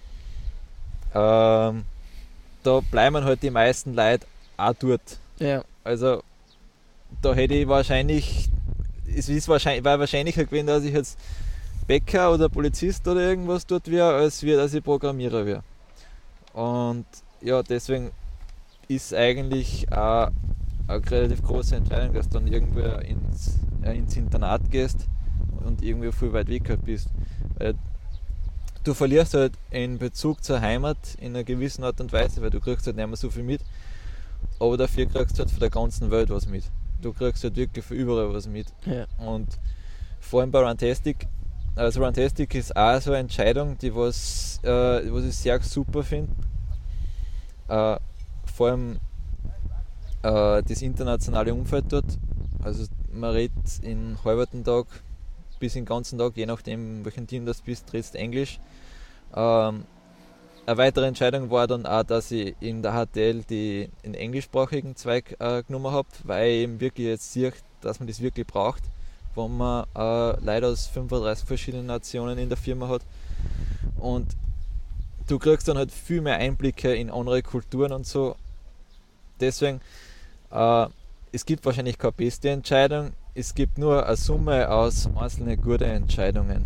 ähm, da bleiben halt die meisten Leute auch dort. Ja. Also da hätte ich wahrscheinlich, es ist wahrscheinlich, war wahrscheinlicher gewesen, dass ich jetzt Bäcker oder Polizist oder irgendwas dort wäre, als wir, dass ich Programmierer wäre. Und ja, deswegen ist eigentlich auch eine relativ große Entscheidung, dass du dann irgendwo ins, äh, ins Internat gehst und irgendwie viel weit weg halt bist. Weil du verlierst halt in Bezug zur Heimat in einer gewissen Art und Weise, weil du kriegst halt nicht mehr so viel mit, aber dafür kriegst du halt von der ganzen Welt was mit. Du kriegst halt wirklich von überall was mit. Ja. Und vor allem bei Runtastic, also Runtastic ist auch so eine Entscheidung, die was, äh, was ich sehr super finde. Äh, vor allem äh, das internationale Umfeld dort. Also man redet in halberten Tag bis den ganzen Tag, je nachdem welchen Team das bist, redest Englisch. Ähm, eine weitere Entscheidung war dann auch, dass ich in der H T L die, den englischsprachigen Zweig äh, genommen habe, weil ich eben wirklich jetzt sehe, dass man das wirklich braucht, wenn man äh, Leute aus fünfunddreißig verschiedenen Nationen in der Firma hat. Und du kriegst dann halt viel mehr Einblicke in andere Kulturen und so. Deswegen, äh, es gibt wahrscheinlich keine beste Entscheidung, es gibt nur eine Summe aus einzelnen guten Entscheidungen.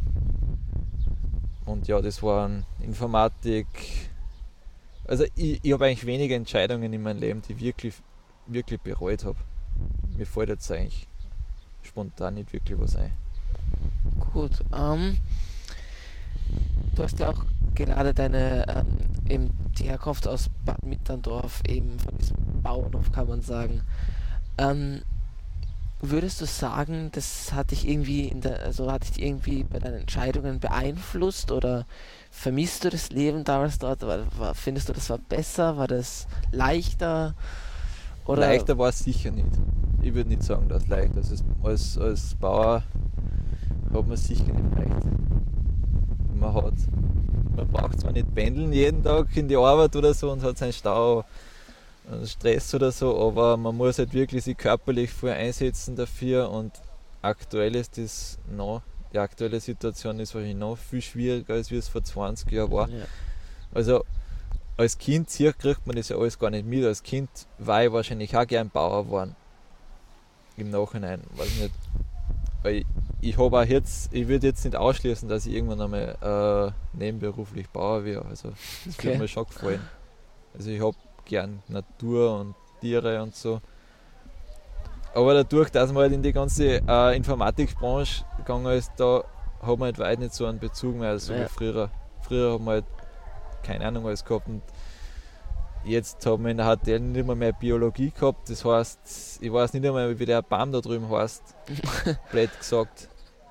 Und ja, das waren Informatik. Also ich, ich habe eigentlich wenige Entscheidungen in meinem Leben, die ich wirklich, wirklich bereut habe. Mir fällt jetzt eigentlich spontan nicht wirklich was ein. Gut, ähm, du hast ja auch gerade deine, ähm, eben die Herkunft aus Bad Mitterndorf, eben von diesem Bauernhof kann man sagen. Ähm, würdest du sagen, das hat dich irgendwie in der, also hat dich irgendwie bei deinen Entscheidungen beeinflusst oder vermisst du das Leben damals dort? War, war, findest du, das war besser? War das leichter? Oder? Leichter war es sicher nicht. Ich würde nicht sagen, dass es leicht ist. Als, als Bauer hat man sicher nicht leicht. Man hat, man braucht zwar nicht pendeln jeden Tag in die Arbeit oder so und hat seinen Stau, Stress oder so, aber man muss halt wirklich sich körperlich voll einsetzen dafür und aktuell ist das noch, die aktuelle Situation ist wahrscheinlich noch viel schwieriger, als wie es vor zwanzig Jahren war. Ja. Also als Kind hier kriegt man das ja alles gar nicht mit. Als Kind war ich wahrscheinlich auch gern Bauer geworden. Im Nachhinein, weiß ich nicht. Weil ich, ich habe auch jetzt, ich würde jetzt nicht ausschließen, dass ich irgendwann einmal äh, nebenberuflich Bauer wäre. Also das Okay. würde mir schon gefallen. Also ich habe gern Natur und Tiere und so. Aber dadurch, dass man halt in die ganze äh, Informatikbranche gegangen ist, da hat man halt weit nicht so einen Bezug mehr, also Ja. wie früher. Früher hat man halt keine Ahnung alles gehabt und jetzt haben wir in der H T L nicht mehr, mehr Biologie gehabt. Das heißt, ich weiß nicht einmal, wie der Baum da drüben heißt. Blöd gesagt.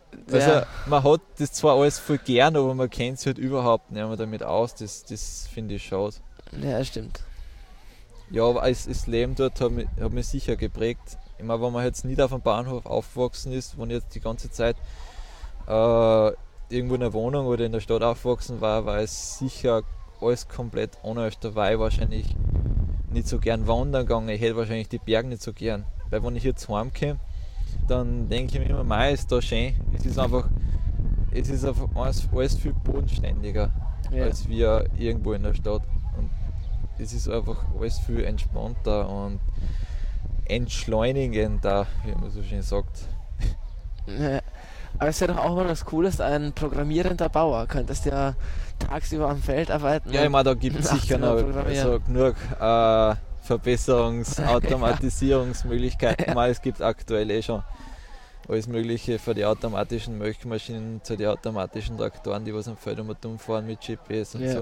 Also Ja. man hat das zwar alles voll gern, aber man kennt sich halt überhaupt nicht mehr damit aus. Das, das finde ich schade. Ja, stimmt. Ja, aber das, das Leben dort hat mich, hat mich sicher geprägt. Ich meine, wenn man jetzt nicht auf dem Bahnhof aufgewachsen ist, wenn ich jetzt die ganze Zeit äh, irgendwo in der Wohnung oder in der Stadt aufgewachsen war, war es sicher alles komplett anders. Da war ich wahrscheinlich nicht so gern wandern gegangen. Ich hätte wahrscheinlich die Berge nicht so gern. Weil wenn ich hier zu Hause komme, dann denke ich mir immer, mei, ist da schön. Es ist einfach, es ist einfach alles, alles viel bodenständiger Ja. als wir irgendwo in der Stadt. Und es ist einfach alles viel entspannter und entschleunigender, wie man so schön sagt. Ja. Aber es ist ja doch auch mal was Cooles, ein programmierender Bauer. Könntest ja tagsüber am Feld arbeiten. Ja, ich meine, da gibt es sicher noch also genug äh, Verbesserungs-, Automatisierungsmöglichkeiten. Ja. Mal, es gibt aktuell eh schon alles Mögliche für die automatischen Melkmaschinen, zu den automatischen Traktoren, die was am Feld um und um fahren mit G P S und Ja. so.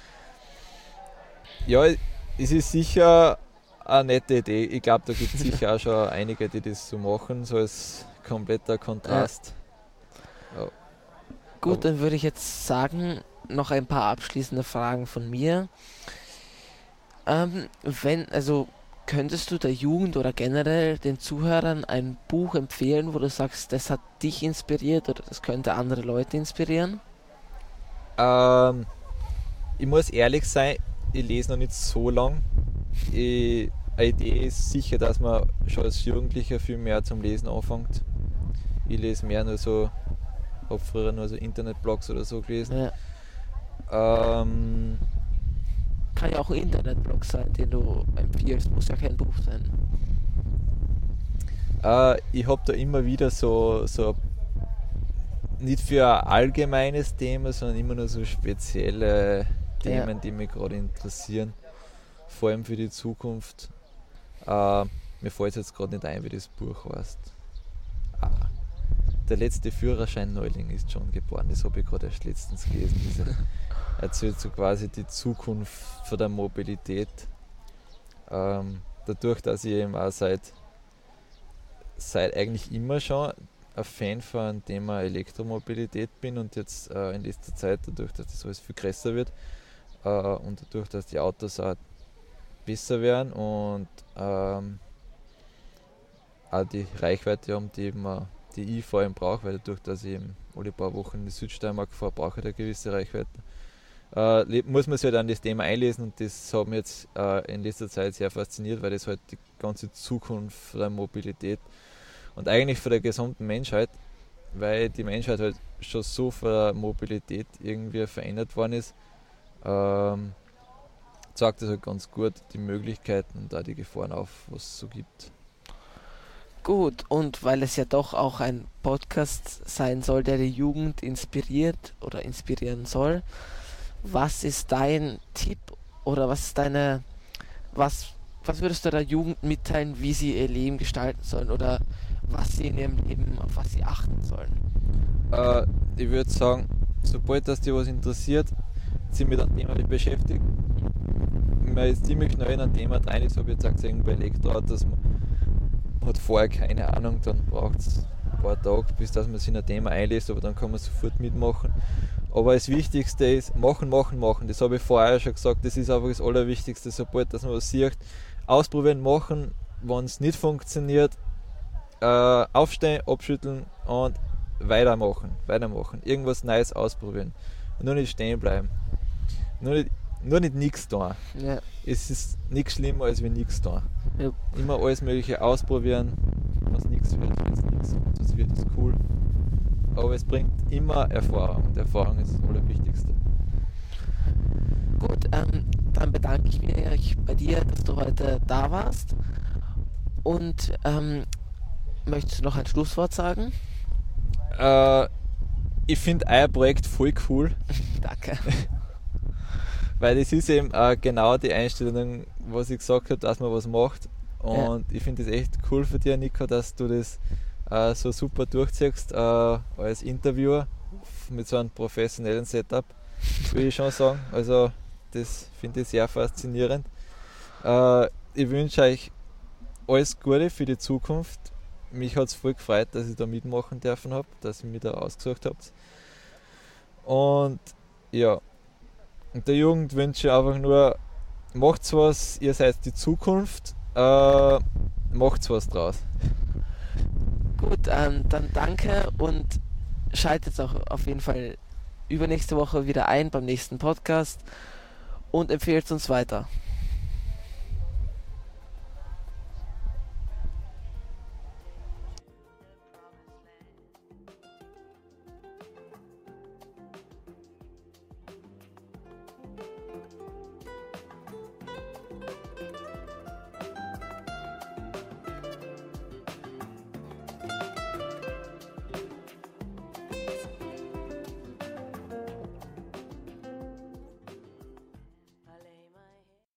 Ja, es ist sicher eine nette Idee. Ich glaube, da gibt es sicher auch schon einige, die das so machen, so als kompletter Kontrast. Ja. Gut, dann würde ich jetzt sagen, noch ein paar abschließende Fragen von mir. Ähm, wenn, also könntest du der Jugend oder generell den Zuhörern ein Buch empfehlen, wo du sagst, das hat dich inspiriert oder das könnte andere Leute inspirieren? Ähm, ich muss ehrlich sein, ich lese noch nicht so lang. Ich, eine Idee ist sicher, dass man schon als Jugendlicher viel mehr zum Lesen anfängt. Ich lese mehr nur so, habe früher nur so Internetblogs oder so gelesen. Ja. Ähm, Kann ja auch ein Internetblog sein, den du empfiehlst, muss ja kein Buch sein. äh, ich habe da immer wieder so, so nicht für ein allgemeines Thema, sondern immer nur so spezielle Themen, Ja. die mich gerade interessieren, vor allem für die Zukunft. Äh, mir fällt jetzt gerade nicht ein, wie das Buch heißt. Ah, der letzte Führerschein-Neuling ist schon geboren, das habe ich gerade erst letztens gelesen. Diese erzählt so quasi die Zukunft von der Mobilität. Ähm, dadurch, dass ich eben auch seit, seit eigentlich immer schon ein Fan von dem Thema Elektromobilität bin und jetzt äh, in letzter Zeit, dadurch, dass das alles viel größer wird äh, und dadurch, dass die Autos auch besser werden und ähm, auch die Reichweite haben, die, eben, äh, die ich vor allem brauche, weil dadurch, dass ich eben alle paar Wochen in die Südsteiermark fahre, brauche ich eine gewisse Reichweite. Äh, muss man sich halt an das Thema einlesen und das hat mich jetzt äh, in letzter Zeit sehr fasziniert, weil das halt die ganze Zukunft der Mobilität und eigentlich für der gesamten Menschheit, weil die Menschheit halt schon so von der Mobilität irgendwie verändert worden ist, ähm, zeigt das halt ganz gut die Möglichkeiten und auch die Gefahren auf, was es so gibt. Gut, und weil es ja doch auch ein Podcast sein soll, der die Jugend inspiriert oder inspirieren soll, was ist dein Tipp oder was ist deine, was, was würdest du der Jugend mitteilen, wie sie ihr Leben gestalten sollen oder was sie in ihrem Leben, auf was sie achten sollen? Äh, ich würde sagen, sobald das dich was interessiert, sich mit einem Thema beschäftigt, man ist ziemlich schnell in ein Thema rein, das habe ich jetzt auch gesehen bei Elektroautos, man hat vorher keine Ahnung, dann braucht es ein paar Tage, bis dass man sich in ein Thema einlässt, aber dann kann man sofort mitmachen. Aber das Wichtigste ist, machen, machen, machen. Das habe ich vorher schon gesagt, das ist einfach das Allerwichtigste, sobald dass man was sieht. Ausprobieren, machen, wenn es nicht funktioniert, äh, aufstehen, abschütteln und weitermachen, weitermachen. Irgendwas Neues ausprobieren. Und nur nicht stehen bleiben. Nur nicht, nur nicht nichts tun. Ja. Es ist nichts schlimmer als wie nichts tun. Ja. Immer alles Mögliche ausprobieren, was nichts wird, wenn es nichts und was wird, ist cool. Aber es bringt immer Erfahrung und Erfahrung ist das Allerwichtigste. Gut, ähm, dann bedanke ich mich bei dir, dass du heute da warst. Und ähm, möchtest du noch ein Schlusswort sagen? Äh, ich finde euer Projekt voll cool, Danke. weil das ist eben äh, genau die Einstellung, was ich gesagt habe, dass man was macht. Und ja. Ich finde es echt cool für dich, Nico, dass du das äh, so super durchziehst äh, als Interviewer mit so einem professionellen Setup, würde ich schon sagen. Also das finde ich sehr faszinierend. Äh, ich wünsche euch alles Gute für die Zukunft. mich hat es voll gefreut, dass ich da mitmachen dürfen habe, dass ihr mich da ausgesucht habt. Und ja, und der Jugend wünsche ich einfach nur, macht's was, ihr seid die Zukunft, äh, macht's was draus. Gut, ähm, dann danke und schaltet auch auf jeden Fall übernächste Woche wieder ein beim nächsten Podcast und empfehlt uns weiter.